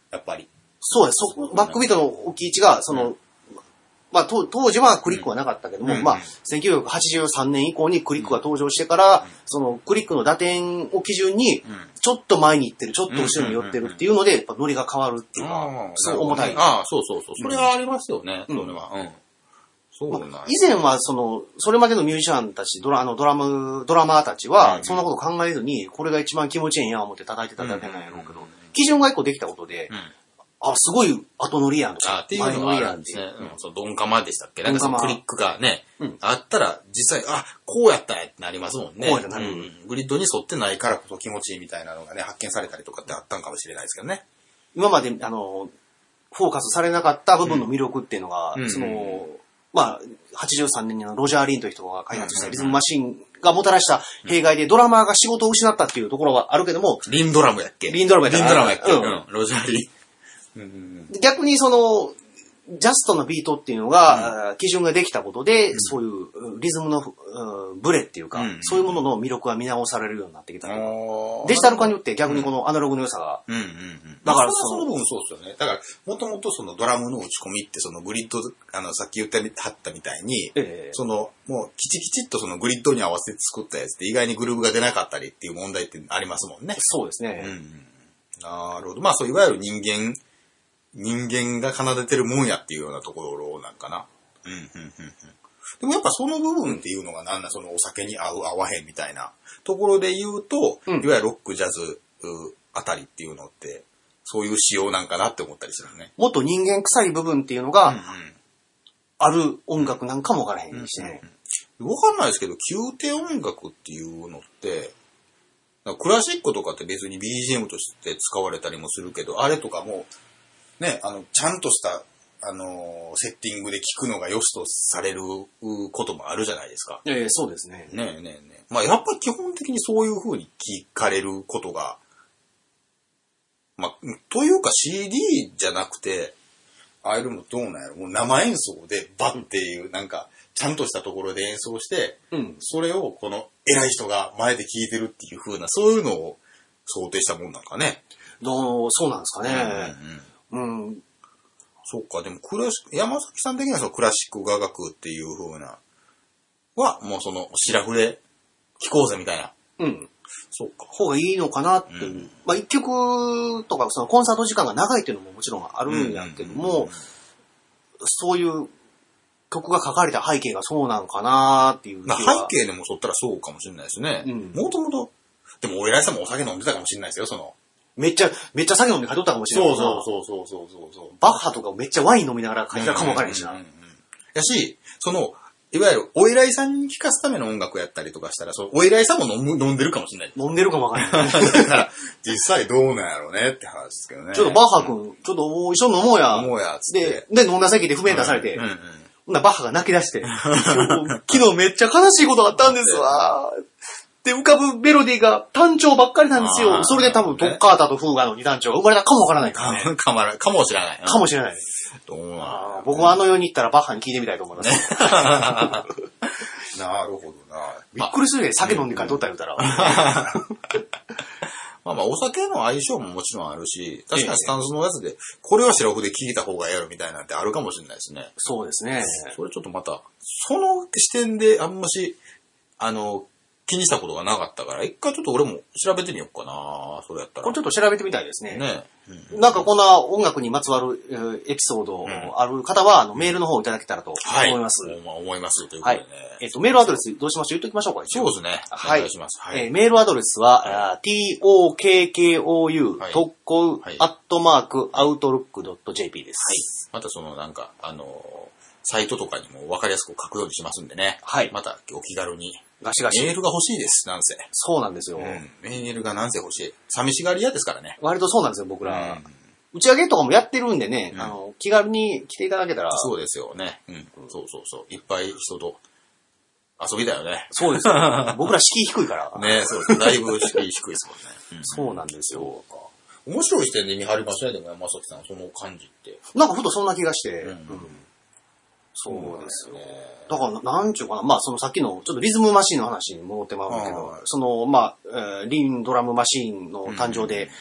やっぱり。 そうです。そバックビートの置き位置が、その、うん、まあ、当時はクリックはなかったけども、うん、まあ、せんきゅうひゃくはちじゅうさんねん以降にクリックが登場してから、うん、そのクリックの打点を基準に、ちょっと前に行ってる、ちょっと後ろに寄ってるっていうので、やっぱノリが変わるっていうか、そう重たい。 ああ、そうそうそう。それはありますよね、うん、それは。うん。そうなん、 まあ、以前は、その、それまでのミュージシャンたち、ドラ、あの、ドラム、ドラマーたちは、そんなこと考えずに、これが一番気持ちいいんや思って叩いてただけなんやろうけど、基準が一個できたことで、うんあ、すごい後乗りやんとか。 あ、っていうのがあるんですね。うん、そう、ドンカマでしたっけなんかそのクリックがね、うん、あったら実際、あ、こうやったんやってなりますもんね。こうやったな、うん。グリッドに沿ってないからこそ気持ちいいみたいなのがね、発見されたりとかってあったんかもしれないですけどね。 今まで、あの、フォーカスされなかった部分の魅力っていうのが、うん、その、うん、まあ、はちじゅうさんねんにロジャー・リンという人が開発したリズムマシンがもたらした弊害でドラマーが仕事を失ったっていうところはあるけども。 リンドラムやっけリンドラムやっけリンドラムやっけ、うん、ロジャー・リン。 うん、逆にその、ジャストのビートっていうのが、うん、基準ができたことで、うん、そういうリズムの、うん、ブレっていうか、うん、そういうものの魅力が見直されるようになってきた。デジタル化によって逆にこのアナログの良さが。 うんうんうん、だからその分そうですよね。だから、もともとそのドラムの打ち込みってそのグリッド、あの、さっき言ってはったみたいに、えー、その、もうきちきちっとそのグリッドに合わせて作ったやつって意外にグルーブが出なかったりっていう問題ってありますもんね。 そうですね。 うん、なるほど。まあそう、いわゆる人間、人間が奏でてるもんやっていうようなところなんかな。うん、うん、うん、うん。でもやっぱその部分っていうのがなんだ、そのお酒に合う合わへんみたいなところで言うと、うん、いわゆるロック、ジャズあたりっていうのって、そういう仕様なんかなって思ったりするね。 もっと人間臭い部分っていうのが、ある音楽なんかもわからへんしね。 わ、うんうん、かんないですけど、宮廷音楽っていうのって、クラシックとかって別に ビージーエム として使われたりもするけど、あれとかも、ね、あの、ちゃんとした、あのー、セッティングで聴くのが良しとされることもあるじゃないですか。 ええ、そうですね。 ねえねえねえ。まあ、やっぱり基本的にそういう風に聴かれることが、まあ、というか シーディー じゃなくて、ああいうのもどうなんやろ、もう生演奏でバッっていう、うん、なんか、ちゃんとしたところで演奏して、うん、それをこの偉い人が前で聴いてるっていう風な、そういうのを想定したもんなんかね。 どう、そうなんですかね。うんうんうんうん。 そっか、でもクラシック、山崎さん的にはそのクラシック雅楽っていう風な、は、もうその、シラフで聴こうぜみたいな。 うん。 そうか。 方がいいのかなっていう。うん、まあ一曲とか、そのコンサート時間が長いっていうのももちろんあるんやけども、うんうんうん、そういう曲が書かれた背景がそうなのかなっていう。 まあ背景でもそったらそうかもしれないですね。もともと、でもお偉いさんもお酒飲んでたかもしれないですよ、その。 めっちゃ、めっちゃ酒飲んで書いとったかもしれない。 そうそうそうそうそうそう。 バッハとかめっちゃワイン飲みながら書いてたかもわからへんしな。 やし、その、いわゆるお偉いさんに聴かすための音楽やったりとかしたら、そのお偉いさんも飲む飲んでるかもしれない。 飲んでるかもわからへん。 だから、実際どうなんやろうねって話ですけどね。 ちょっとバッハ君、うん、ちょっともう一緒に飲もうや。 飲もうや、つって。 で、で、飲んだ席で譜面出されて、うんうんうん、ほんなバッハが泣き出して、昨日めっちゃ悲しいことあったんですわ。で、浮かぶメロディーが単調ばっかりなんですよ。それで多分、トッカータとフーガの二単調が生まれたかもわからないからね。 かも、かもしれない。 かもしれない。 どうな僕はあの世に行ったらバッハに聞いてみたいと思います。ね、 なるほどな。 びっくりするで、酒飲んでから撮った言うたら。 まあまあ、お酒の相性ももちろんあるし、確かにスタンスのやつで、これは白フで聞いた方がええやろみたいなんてあるかもしれないですね。 そうですね。 それちょっとまた、その視点であんまし、あの、気にしたことがなかったから、一回ちょっと俺も調べてみようかな、それやったら。 これちょっと調べてみたいですね。 ね。 うん、なんかこんな音楽にまつわる、えー、エピソードある方は、あの、メールの方をいただけたらと思います。 はい、思います。ということでね。はい。 えっ、ー、と、メールアドレスどうしましょう言っときましょうか。 そうですね。はい。お願いします。 はい。えー、メールアドレスは、はい、トッコウ、特攻、アットマーク、アウトロックドットジェーピー です。 はい。またそのなんか、あのー、サイトとかにも分かりやすく書くようにしますんでね。 はい。 またお気軽に。 ガシガシ。 メールが欲しいです、なんせ。 そうなんですよ。うん、 メールがなんせ欲しい。寂しがり屋ですからね。 割とそうなんですよ、僕ら。うん、打ち上げとかもやってるんでね、うん、あの、気軽に来ていただけたら。 そうですよね。うん。そうそうそう。いっぱい人と遊びだよね。 そうですよ。僕ら敷居低いから。 ね、そうです。だいぶ敷居低いですもんね。 うん、そうなんですよ。 面白い視点で見張りますね、でも山崎さん、その感じって。 なんかふとそんな気がして。うんうんそうですよね。だから、なんちゅうかな。まあ、そのさっきの、ちょっとリズムマシンの話に戻ってまうけど、その、まあ、えー、リンドラムマシンの誕生で、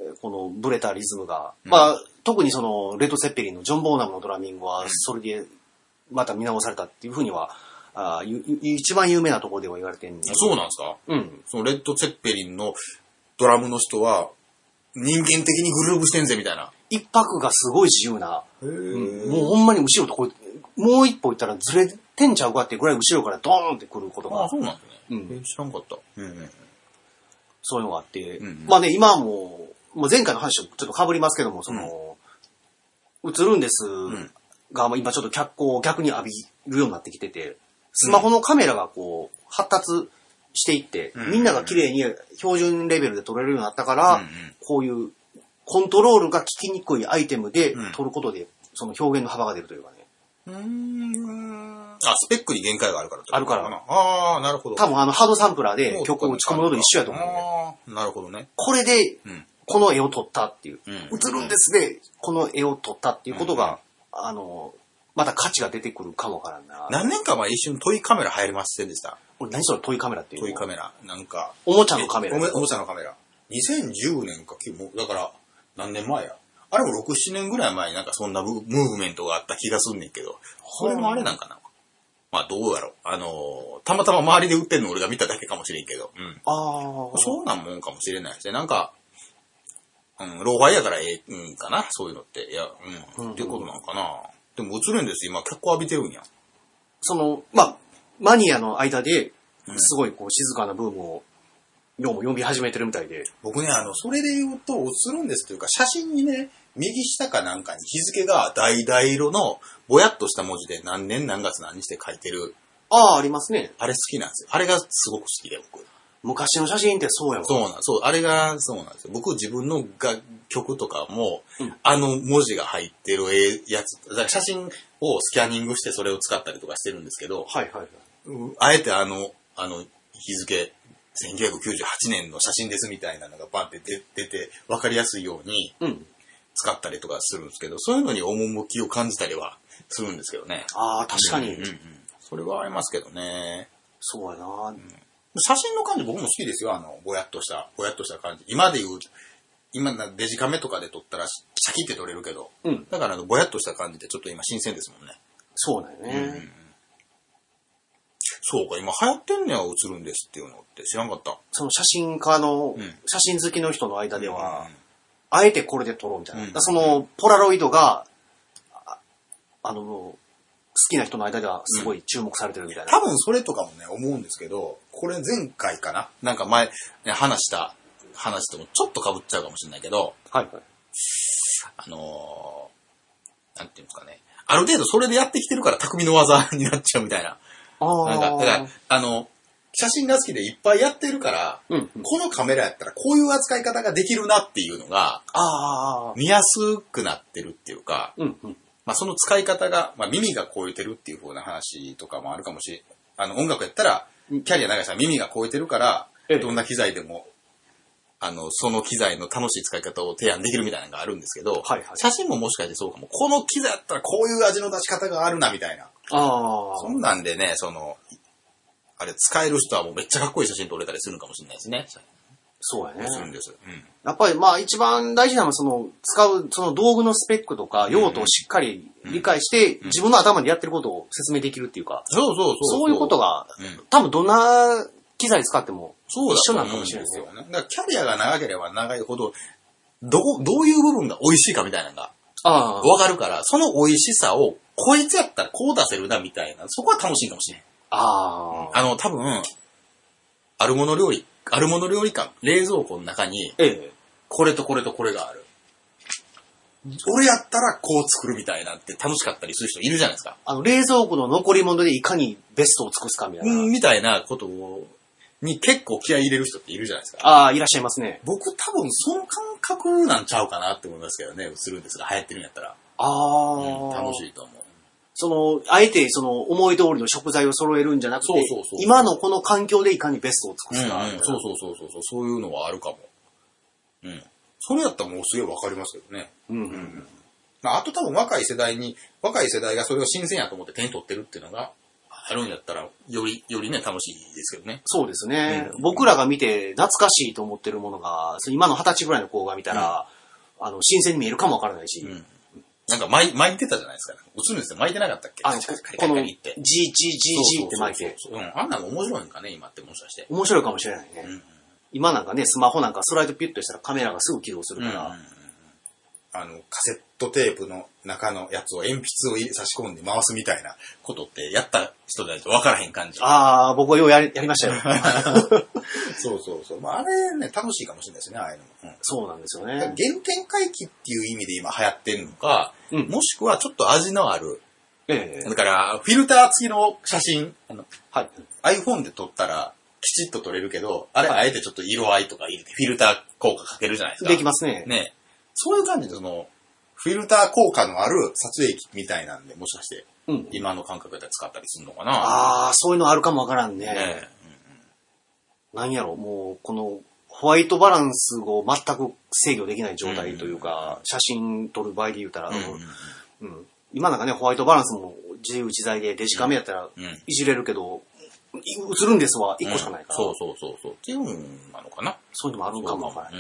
このブレたリズムが、うん、まあ、特にその、レッド・セッペリンのジョン・ボーナムのドラミングは、それで、また見直されたっていうふうには、あ一番有名なところでは言われてるんで。 そうなんですか？ うん。 そのレッド・セッペリンのドラムの人は、人間的にグルーブしてんぜみたいな。 一拍がすごい自由な。 へー、 うん、もうほんまに後ろとこう、もう一歩行ったらずれてんちゃうかってぐらい後ろからドーンってくることが。 ああ、そうなんですね。 うん。 知らんかった。うんうん、 そういうのがあって。 うんうん、 まあね、今はもう、もう前回の話とちょっと被りますけども、その、うん、映るんですが、うん、今ちょっと脚光を逆に浴びるようになってきてて、スマホのカメラがこう、発達していって、うん、みんなが綺麗に標準レベルで撮れるようになったから、うんうん、こういうコントロールが効きにくいアイテムで撮ることで、うん、その表現の幅が出るというかね。 うーん。あ、スペックに限界があるからってことあるから。 ああ、なるほど。 多分あのハードサンプラーで曲を打ち込むのと一緒やと思うね。 ああ、なるほどね。 これで、この絵を撮ったっていう。 うん、 映るんですで、この絵を撮ったっていうことが、うん、あの、また価値が出てくるかもわからんな。 何年か前一瞬トイカメラ流行りませんでした？ 俺何それトイカメラっていうの？ トイカメラ。なんか。 おもちゃのカメラ。 お, おもちゃのカメラ。にせんじゅうねんか、もうだから何年前や。あれもろく、ななねんぐらい前になんかそんなムーブメントがあった気がすんねんけど、それもあれなんかな。まあどうやろう。あのー、たまたま周りで売ってんの俺が見ただけかもしれんけど。うん。 ああ。 そうなんもんかもしれないしね。なんか、うん、ローファイやからええんかな、そういうのって。いや、うん。うん、ってことなのかな。でも映るんです今、脚光浴びてるんや。 その、まあ、マニアの間で、すごいこう静かなブームを、どうも呼び始めてるみたいで。 僕ね、あの、それで言うと、映るんですというか、写真にね、右下かなんかに日付が橙色のぼやっとした文字で何年何月何日で書いてる。 ああ、ありますね。 あれ好きなんですよ。あれがすごく好きで、僕。 昔の写真ってそうやん。 そうなん、そう、あれがそうなんですよ。僕自分のが曲とかも、うん、あの文字が入ってるやつ、だから写真をスキャニングしてそれを使ったりとかしてるんですけど、 はいはいはい。 あえてあの、あの日付、せんきゅうひゃくきゅうじゅうはちねんの写真ですみたいなのがバンって出て、わかりやすいように使ったりとかするんですけど、そういうのに趣を感じたりはするんですけどね。 ああ、確かに、 うんうんうん。それはありますけどね。 そうやな、うん、 写真の感じ僕も好きですよ。あの、ぼやっとした、ぼやっとした感じ。今で言う、今デジカメとかで撮ったらシャキって撮れるけど、 うん、 だからあのぼやっとした感じでちょっと今新鮮ですもんね。 そうだよね。うんうん、 そうか、今流行ってんねや、映るんですっていうのって知らんかった。 その写真家の、うん、写真好きの人の間では、うん、あえてこれで撮ろうみたいな。うん、そのポラロイドが、あ, あの、好きな人の間ではすごい注目されてるみたいな。 うん、多分それとかもね、思うんですけど、これ前回かななんか前、ね、話した話ともちょっと被っちゃうかもしれないけど、 はいはい。 あのー、なんていうんですかね。ある程度それでやってきてるから匠の技になっちゃうみたいな。 あなんか、だから、あの、写真が好きでいっぱいやってるから、 うんうん、 このカメラやったらこういう扱い方ができるなっていうのが、 あ見やすくなってるっていうか、 うんうん、 まあその使い方が、まあ耳が超えてるっていう風な話とかもあるかもしれない。あの、音楽やったら、キャリア長い人は耳が超えてるから、 ええ、 どんな機材でも、あの、その機材の楽しい使い方を提案できるみたいなのがあるんですけど、 はいはい、 写真ももしかしてそうかも。この機材やったらこういう味の出し方があるなみたいな。 あそんなんでね、その、あれ使える人はもうめっちゃかっこいい写真撮れたりするかもしれないですね。 そうやね。 するんです。うん。 やっぱりまあ一番大事なのはその使うその道具のスペックとか用途をしっかり理解して、うん、自分の頭でやってることを説明できるっていうか、 そうそうそうそう。 そういうことが、うん、多分どんな機材使っても一緒なのかもしれないですよね。 だからキャリアが長ければ長いほど、どこ、どういう部分が美味しいかみたいなのがわかるから、その美味しさをこいつやったらこう出せるなみたいな、そこは楽しいかもしれない。 ああ。あの、多分、あるもの料理、あるもの料理館、冷蔵庫の中に、 ええ、 これとこれとこれがある。俺やったらこう作るみたいなって楽しかったりする人いるじゃないですか。 あの、冷蔵庫の残り物でいかにベストを尽くすかみたいな。 うん、みたいなことを、に結構気合い入れる人っているじゃないですか。 ああ、いらっしゃいますね。 僕多分その感覚なんちゃうかなって思いますけどね、映るんですが、流行ってるんやったら。 ああ、 うん、楽しいと思う。 その、あえてその思い通りの食材を揃えるんじゃなくて、そうそうそう、今のこの環境でいかにベストを尽くすか、 うんうん。そうそうそうそう、そういうのはあるかも。うん。それやったらもうすげえわかりますけどね。 うんうんうん。 まあ、あと多分若い世代に、若い世代がそれを新鮮やと思って手に取ってるっていうのが、 あるんやったら、より、よりね、楽しいですけどね。 そうですね。 うん、 僕らが見て懐かしいと思ってるものが、今の二十歳ぐらいの子が見たら、うん、あの、新鮮に見えるかもわからないし。うん、 なんか巻い、巻いてたじゃないですか。映るんですよ。巻いてなかったっけ？ あの、この、ジージージージーって巻いて。 うん。あんなの面白いんかね、今ってもしかして。 面白いかもしれないね。うん、今なんかね、スマホなんかスライドピュッとしたらカメラがすぐ起動するから。うんうんうん、 あの、カセットテープの中のやつを鉛筆を差し込んで回すみたいなことってやった人じゃないと分からへん感じ。 ああ、僕はようやり、やりましたよ。 そうそうそう。まあ、あれね、楽しいかもしれないですね、ああいうのも。うん、 そうなんですよね。 原点回帰っていう意味で今流行ってるのか、うん、もしくはちょっと味のある。ええ、だから、フィルター付きの写真、あの、はい、iPhone で撮ったらきちっと撮れるけど、あれ、あえてちょっと色合いとか入れてフィルター効果かけるじゃないですか。 できますね。 ね。そういう感じで、その、フィルター効果のある撮影機みたいなんで、もしかして、うん、今の感覚で使ったりするのかな。 ああ、そういうのあるかもわからんね。ね、うん、なんやろ、もう、この、ホワイトバランスを全く制御できない状態というか、うん、写真撮る場合で言うたら、うんうんうん、今なんかね、ホワイトバランスも自由自在でデジカメやったらいじれるけど、うん、映るんですわ、一個しかないから、 うん。そうそうそうそう。っていうのなのかな。 そういうのもあるんかもわからない。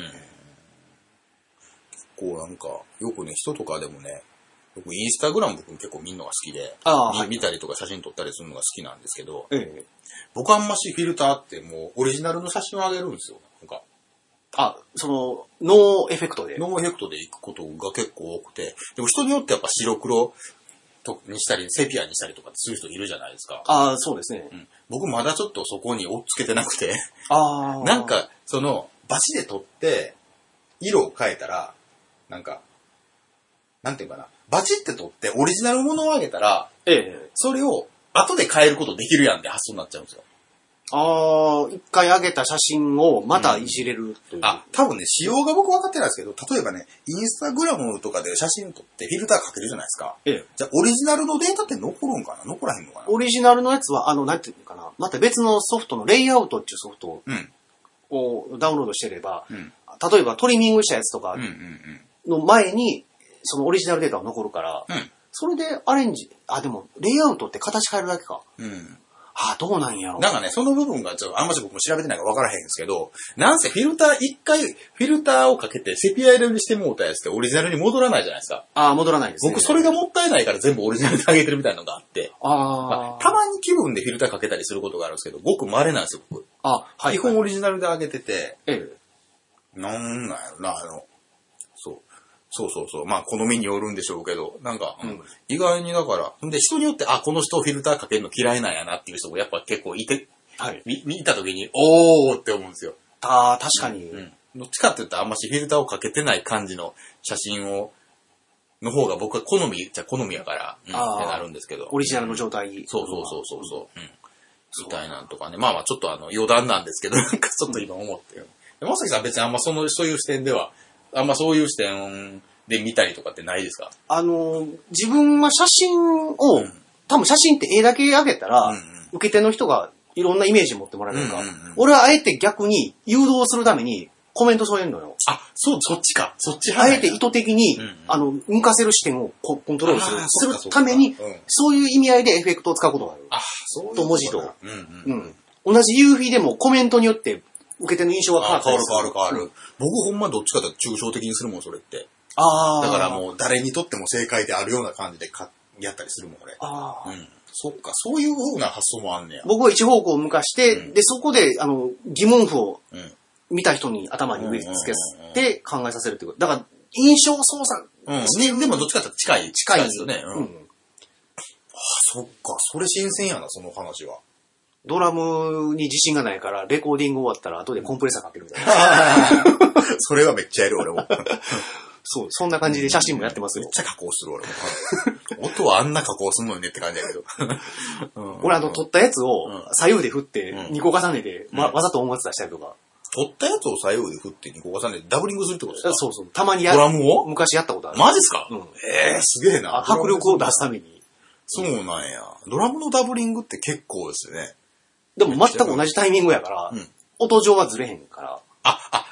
こうなんか、よくね、人とかでもね、僕インスタグラム僕結構見るのが好きで、 あ、 はい、見たりとか写真撮ったりするのが好きなんですけど、 ええ、 僕あんましフィルターってもうオリジナルの写真をあげるんですよ。なんかあ、その、ノーエフェクトで。 ノーエフェクトで行くことが結構多くて、でも人によってやっぱ白黒とにしたり、セピアにしたりとかする人いるじゃないですか。 ああ、そうですね、 うん。僕まだちょっとそこに追っつけてなくて、 あなんか、その、バチで撮って、色を変えたら、なんか、なんていうかな、バチって撮ってオリジナルものをあげたら、 ええ、 それを後で変えることできるやんって発想になっちゃうんですよ。 ああ、一回上げた写真をまたいじれるという、うん。 あ、多分ね、仕様が僕分かってないですけど、例えばね、インスタグラムとかで写真撮ってフィルターかけるじゃないですか。 ええ。 じゃあ、オリジナルのデータって残るんかな？残らへんのかな？ オリジナルのやつは、あの、なんていうのかな、また別のソフトのレイアウトっていうソフトをダウンロードしてれば、うん、例えばトリミングしたやつとかの前に、そのオリジナルデータが残るから、うん、それでアレンジ、あ、でも、レイアウトって形変えるだけか。うん。あ、どうなんやろ。 なんかね、その部分がちょっとあんまし僕も調べてないから分からへんですけど、なんせフィルター、一回フィルターをかけてセピア色にしてもうたやつってオリジナルに戻らないじゃないですか。 ああ、戻らないですね。 僕それがもったいないから全部オリジナルで上げてるみたいなのがあって。 あ、 まあ。たまに気分でフィルターかけたりすることがあるんですけど、ごく稀なんですよ、僕。 あ、はい、はい。 基本オリジナルで上げてて、 ええ。 なんなんやろな、あの、そう。そうそうそう。まあ、好みによるんでしょうけど、なんか、うん、意外にだから、で、人によって、あ、この人フィルターかけるの嫌いなんやなっていう人もやっぱ結構いて、はい。見、見たときに、おーって思うんですよ。 ああ、確かに。 うん。どっちかって言ったらあんましフィルターをかけてない感じの写真を、の方が僕は好み、じゃ好みやから、うん、ってなるんですけど。 オリジナルの状態。 そうそうそうそうそう。うん。みたいなんとかね。まあまあ、ちょっとあの、余談なんですけど、なんかちょっと今思ってる。まさきさん別にあんまその、そういう視点では、あんまそういう視点で見たりとかってないですか？ あの、自分は写真を、うん、多分写真って絵だけ上げたら、うんうん、受け手の人がいろんなイメージ持ってもらえるから、うんうんうん、俺はあえて逆に誘導するためにコメント添えるのよ。 あ、そう、そっちか。そっちあえて意図的に、うんうん、あの、向かせる視点をコントロールする、するために、うん、そういう意味合いでエフェクトを使うことがある。 あ、そういうと文字と、うんうんうん。同じ ユーフィー でもコメントによって受け手の印象が変わる。 変わる変わる変わる。うん、僕ほんまどっちかというと抽象的にするもん、それって。 ああ。 だからもう誰にとっても正解であるような感じでかやったりするもん、俺。 ああ。 うん。そっか、そういう風な発想もあんねや。 僕は一方向を向かして、うん、で、そこで、あの、疑問符を見た人に頭に植え付けて考えさせるってこと。だから、印象操作。 うん。で、でもどっちかというと近い。 近いですよね。うん。うん、ああ、そっか、それ新鮮やな、その話は。 ドラムに自信がないから、レコーディング終わったら後でコンプレッサーかけるみたいな。 それはめっちゃやる、俺も。 そう、そんな感じで写真もやってますよ。 めっちゃ加工する、俺も。音はあんな加工すんのにねって感じだけど。 うん、俺、あの、撮ったやつを左右で振って、にこ重ねて、うん、わ, わざと音圧出したりとか。 撮ったやつを左右で振ってにこ重ねてダブリングするってことですか？ そうそう。たまにやる。ドラムを昔やったことある。 マジっすか？ うん。 えー、すげえな。 迫力を出すために。 そうなんや。ドラムのダブリングって結構ですよね。 でも全く同じタイミングやから、うん、音上はずれへんから。 あ、あ、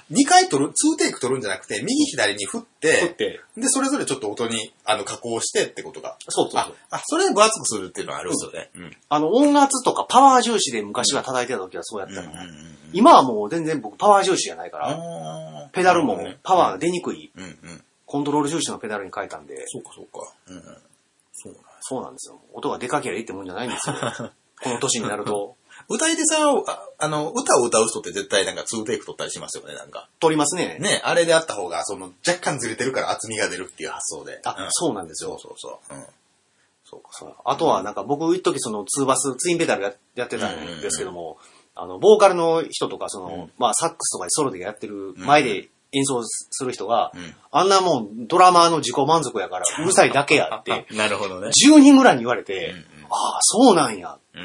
にかい取る、にテイク取るんじゃなくて、右左に振って、 振って、 で、それぞれちょっと音に、あの、加工してってことが。 そうそうそう。 あ、あそれで分厚くするっていうのはあるんですよね。うん。 あの、音圧とかパワー重視で昔は叩いてた時はそうやったの、うんうんうん。今はもう全然僕パワー重視じゃないから、ペダルもパワーが出にくい、うんうん、コントロール重視のペダルに変えたんで。 そうかそうか。うんうん、 そうなんそうなんですよ。音がでかけりゃいいってもんじゃないんですよ。この年になると。 歌い手さんは、あの、歌を歌う人って絶対なんかにテイク取ったりしますよね、なんか。 取りますね。 ね、あれであった方が、その、若干ずれてるから厚みが出るっていう発想で。 あ、うん、そうなんですよ。 そうそうそう。うん。 そうか、そう。あとはなんか僕一時そのツーバス、ツインペダルややってたんですけども、うんうんうん、あの、ボーカルの人とか、その、うん、まあ、サックスとかでソロでやってる前で演奏する人が、うん、あんなもんドラマーの自己満足やからうるさいだけやって、 なるほどね。 じゅうにんぐらいに言われて、うんうん、ああ、そうなんや。 うん、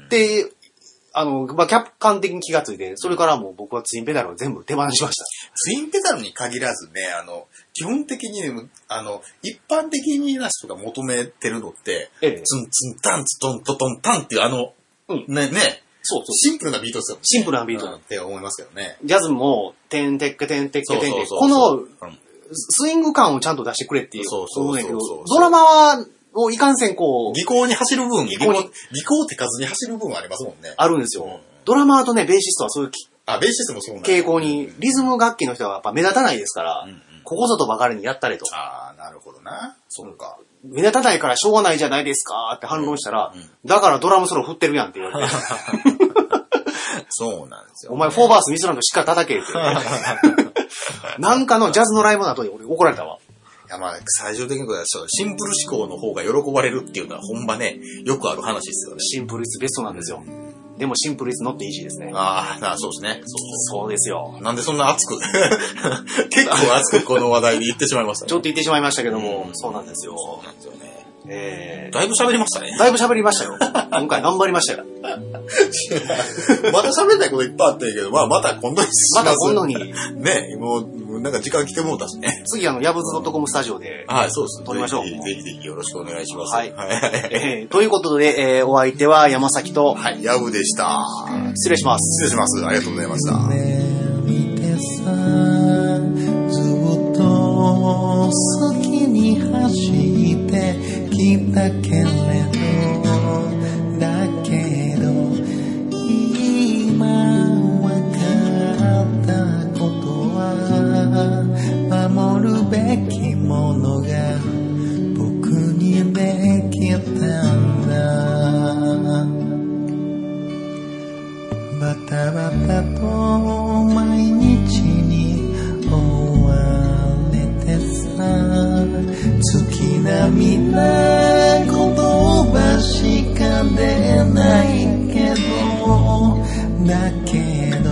で、あの、まあ、客観的に気がついて、それからもう僕はツインペダルを全部手放しました。 ツインペダルに限らずね、あの、基本的に、あの、一般的な人が求めてるのって、ええ、ツンツンタンツトントトンタンっていうあの、うん、ね、ね、そうそうシンプルなビートですよ、ね。 シンプルなビート、 うん、って思いますけどね。 ジャズも、テンテッケテンテッケテンテッケ、この、スイング感をちゃんと出してくれっていう。そうそうそうそう。ドラマは、をいかんせんこう。 技巧に走る分、技巧に、技巧手数に走る分ありますもんね。 あるんですよ。うん、ドラマーとね、ベーシストはそういう、 あ、ベーシストもそうなん傾向に、リズム楽器の人はやっぱ目立たないですから、うんうん、ここぞとばかりにやったれと。 ああ、なるほどな。そうか。 目立たないからしょうがないじゃないですかって反論したら、うんうん、だからドラムソロ振ってるやんって言われて。 そうなんですよ、ね。 お前フォーバースミスらんとしっかり叩けって。なんかのジャズのライブの後に俺怒られたわ。 いやまあ、最終的にはシンプル思考の方が喜ばれるっていうのはほんまね、よくある話ですよね。 シンプルイズベストなんですよ。でもシンプルイズノットイージーですね。 ああ、そうですね。そうそう。そうですよ。 なんでそんな熱く結構熱くこの話題に言ってしまいましたね。 ちょっと言ってしまいましたけども、うん、そうなんですよ。 そうなんですよね。 えー、 だいぶ喋りましたね。 だいぶ喋りましたよ。今回頑張りましたよ。 まだ喋りたいこといっぱいあったんやけど、まあまた今度にします。 また今度に。 ね、もう、なんか時間来てもうたしね。 次あの、ヤブズドットコムスタジオで。 はい、そうです。 撮りましょう。 ぜひぜひよろしくお願いします。 はい。えー、ということで、えー、お相手は山崎と、 はい、ヤブでした。 失礼します。 失礼します。ありがとうございました。 ずっと先に走ってきたけれどだけど今わかったことは守るべきものが僕にできたんだバタバタと毎日に追われてさ月並みな言葉しか出ないけどだけど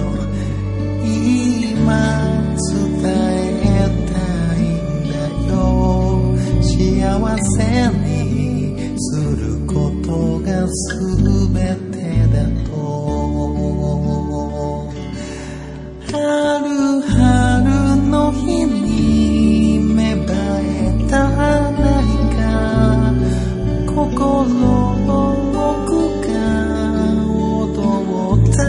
今伝えたいんだよ幸せにすることが全てだと春春の日に芽生えた何か心の奥が踊った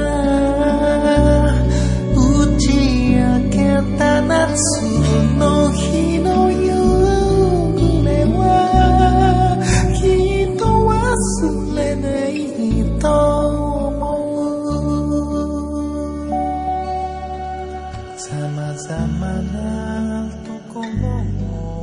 打ち明けた夏の日の夕暮れはきっと忘れないと様々なところを